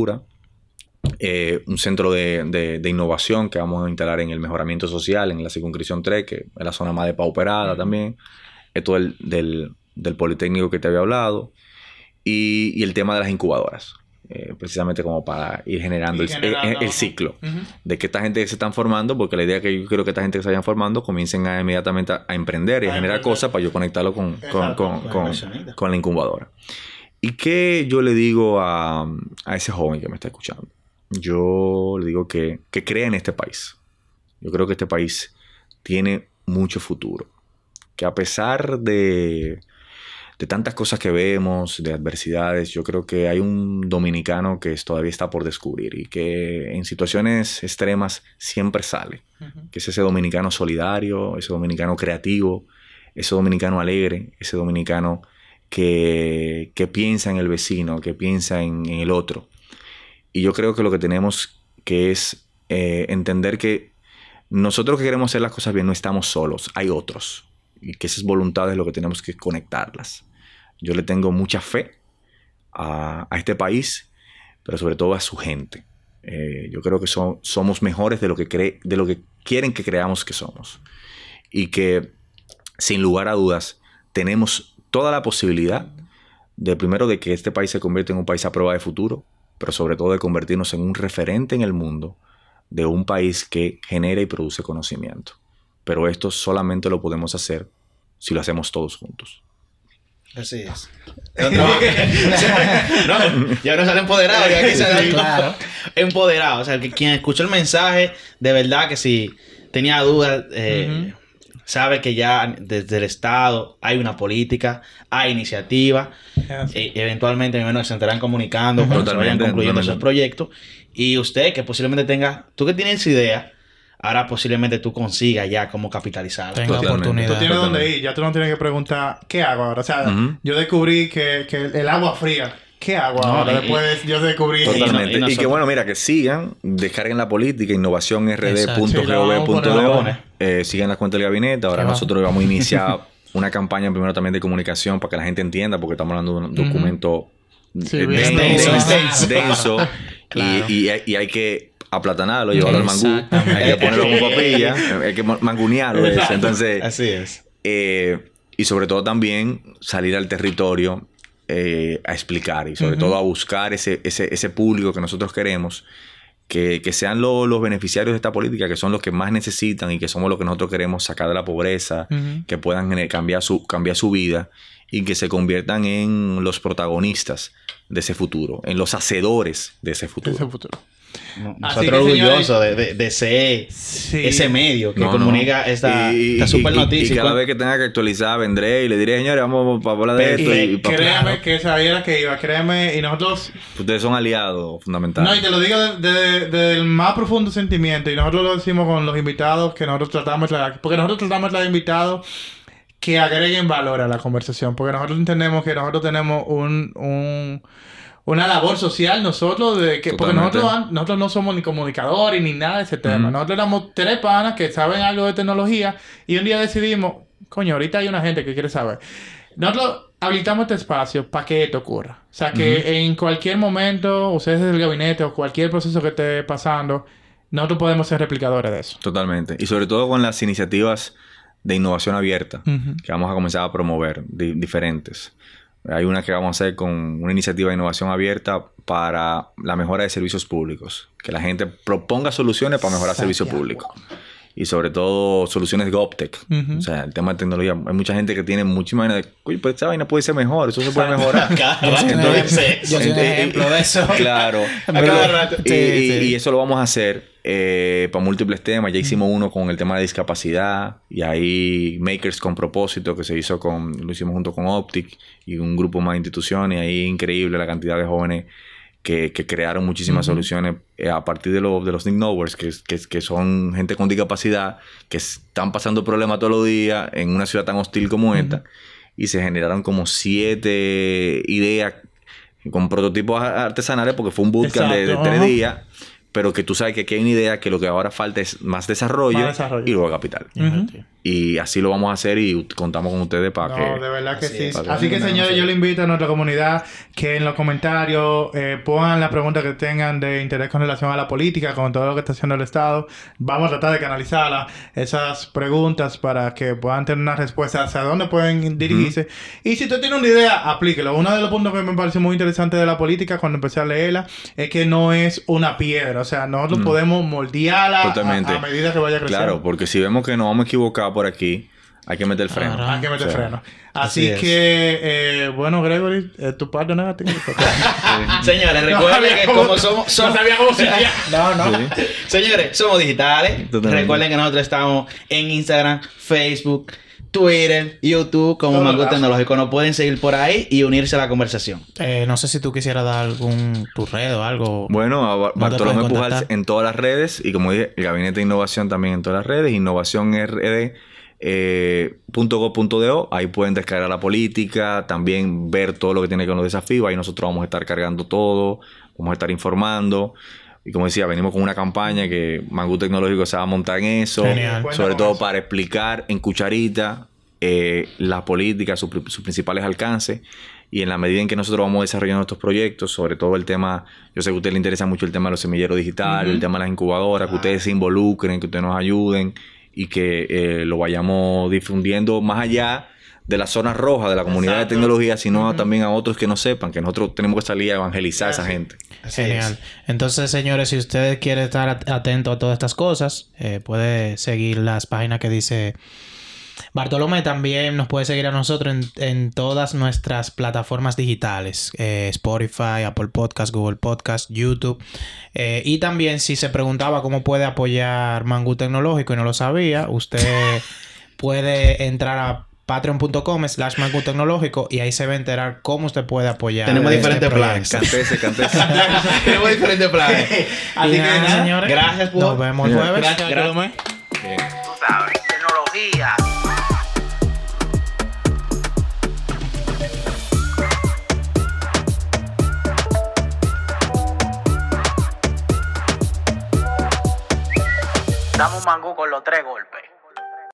Un centro de innovación que vamos a instalar en el mejoramiento social en la circunscripción 3, que es la zona más depauperada también. Esto del Politécnico que te había hablado. Y el tema de las incubadoras. Precisamente como para ir generando el ciclo de que esta gente se están formando, porque la idea es que yo quiero que esta gente que se vayan formando comiencen inmediatamente a emprender y a generar cosas para yo conectarlo con la incubadora. ¿Y qué yo le digo a ese joven que me está escuchando? Yo le digo que crea en este país. Yo creo que este país tiene mucho futuro. Que a pesar de tantas cosas que vemos, de adversidades, yo creo que hay un dominicano que todavía está por descubrir y que en situaciones extremas siempre sale. Que es ese dominicano solidario, ese dominicano creativo, ese dominicano alegre, ese dominicano que piensa en el vecino, que piensa en el otro. Y yo creo que lo que tenemos que es entender que nosotros que queremos hacer las cosas bien no estamos solos, hay otros. Y que esas voluntades es lo que tenemos que conectarlas. Yo le tengo mucha fe a este país, pero sobre todo a su gente. Yo creo que somos mejores de lo que quieren que creamos que somos. Y que, sin lugar a dudas, tenemos toda la posibilidad de que este país se convierta en un país a prueba de futuro, pero sobre todo de convertirnos en un referente en el mundo de un país que genera y produce conocimiento. Pero esto solamente lo podemos hacer si lo hacemos todos juntos. Así es. Ya no sale empoderado, ya que sale empoderado. O sea, que quien escuchó el mensaje, de verdad que si tenía dudas, sabe que ya desde el Estado hay una política, hay iniciativa. Eventualmente se estarán comunicando cuando se vayan concluyendo esos proyectos. Y usted, que posiblemente tú que tienes esa idea, ahora posiblemente tú consigas ya cómo capitalizarla. Tenga oportunidad. Tú tienes dónde ir. Ya tú no tienes que preguntar, ¿qué hago ahora? O sea, yo descubrí que el agua fría. ¿Qué hago ahora? Después yo descubrí... Totalmente. Y que bueno, mira, que sigan, descarguen la política, innovacionrd.gov.do. Sigan la cuenta del gabinete. Ahora nosotros vamos a iniciar una campaña primero también de comunicación para que la gente entienda, porque estamos hablando de un documento denso. Claro. Y hay que aplatanarlo, llevarlo al mangú, hay que ponerlo con papilla, hay que mangunearlo. Entonces, así es. Y sobre todo también salir al territorio a explicar y sobre todo a buscar ese público que nosotros queremos, que sean los beneficiarios de esta política, que son los que más necesitan y que somos los que nosotros queremos sacar de la pobreza, que puedan cambiar su vida y que se conviertan en los protagonistas de ese futuro, en los hacedores de ese futuro. Nosotros orgullosos de ser ese medio que comunica esta super noticia. Y cada vez que tenga que actualizar, vendré y le diré, señores, vamos para hablar de esto. Créeme que sabía que iba, créeme, y nosotros... Ustedes son aliados fundamentales. No, y te lo digo desde el más profundo sentimiento, y nosotros lo decimos con los invitados, que nosotros tratamos porque nosotros tratamos de invitados que agreguen valor a la conversación, porque nosotros entendemos que nosotros tenemos una labor social nosotros porque nosotros no somos ni comunicadores ni nada de ese tema. Nosotros éramos 3 panas que saben algo de tecnología y un día decidimos, coño, ahorita hay una gente que quiere saber. Nosotros habilitamos este espacio para que esto ocurra. O sea, que en cualquier momento, ustedes desde el gabinete o cualquier proceso que esté pasando, nosotros podemos ser replicadores de eso. Totalmente. Y sobre todo con las iniciativas de innovación abierta que vamos a comenzar a promover, diferentes. Hay una que vamos a hacer con una iniciativa de innovación abierta para la mejora de servicios públicos. Que la gente proponga soluciones para mejorar servicios públicos. Y sobre todo soluciones GovTech. O sea, el tema de tecnología. Hay mucha gente que tiene muchísima vaina de... Oye, pues esta vaina puede ser mejor. Eso se puede mejorar. Yo soy un ejemplo de eso. Claro. Y eso lo vamos a hacer para múltiples temas. Ya hicimos uno con el tema de discapacidad. Y ahí Makers con Propósito, que lo hicimos junto con Optic y un grupo más de instituciones. Y ahí increíble la cantidad de jóvenes que crearon muchísimas soluciones a partir de los Nick Knowers, que son gente con discapacidad, que están pasando problemas todos los días en una ciudad tan hostil como esta, y se generaron como 7 ideas con prototipos artesanales, porque fue un bootcamp de 3 días, pero que tú sabes que aquí hay una idea que lo que ahora falta es más desarrollo. Y luego capital. Y así lo vamos a hacer y contamos con ustedes para que... No, de verdad que sí. Así que, señores, yo le invito a nuestra comunidad que en los comentarios pongan las preguntas que tengan de interés con relación a la política, con todo lo que está haciendo el Estado. Vamos a tratar de canalizar esas preguntas para que puedan tener una respuesta hacia dónde pueden dirigirse. Y si usted tiene una idea, aplíquelo. Uno de los puntos que me parece muy interesante de la política cuando empecé a leerla es que no es una piedra. O sea, nosotros podemos moldearla a medida que vaya creciendo. Claro, porque si vemos que nos vamos a equivocar por aquí, hay que meter freno. Hay que meter freno. Así que, bueno, Gregory, tu parte negativa. Señores, recuerden que como somos... No sabía cómo se hacía. Sí. Señores, somos digitales. Totalmente. Recuerden que nosotros estamos en Instagram, Facebook, Twitter, YouTube, como Mango Tecnológico. Nos pueden seguir por ahí y unirse a la conversación. No sé si tú quisieras dar tu red o algo. Bueno, a Bartolomé Pujals en todas las redes. Y como dije, el Gabinete de Innovación también en todas las redes. Innovación RD. .go.do, ahí pueden descargar la política, también ver todo lo que tiene que ver con los desafíos. Ahí nosotros vamos a estar cargando todo, vamos a estar informando. Y como decía, venimos con una campaña que Mango Tecnológico se va a montar en eso. Genial. Sobre todo para explicar en cucharita la política, sus principales alcances. Y en la medida en que nosotros vamos desarrollando estos proyectos, sobre todo el tema, yo sé que a usted le interesa mucho el tema de los semilleros digitales, el tema de las incubadoras, que ustedes se involucren, que ustedes nos ayuden y que lo vayamos difundiendo más allá de las zonas rojas de la comunidad de tecnología, sino también a otros que no sepan, que nosotros tenemos que salir a evangelizar a esa gente. Genial. Entonces, señores, si ustedes quieren estar atentos a todas estas cosas, puede seguir las páginas que dice Bartolomé. También nos puede seguir a nosotros en todas nuestras plataformas digitales, Spotify, Apple Podcast, Google Podcast, YouTube. Y también, si se preguntaba cómo puede apoyar Mango Tecnológico y no lo sabía, usted puede entrar a patreon.com/Mango Tecnológico y ahí se va a enterar cómo usted puede apoyar. Tenemos diferentes planes. Cantese. Tenemos diferentes planes. Así que nada, señores. Gracias por... Nos vemos el jueves. Gracias, Bartolomé. Tú sabes, tecnología. Dame un mangú con los 3 golpes.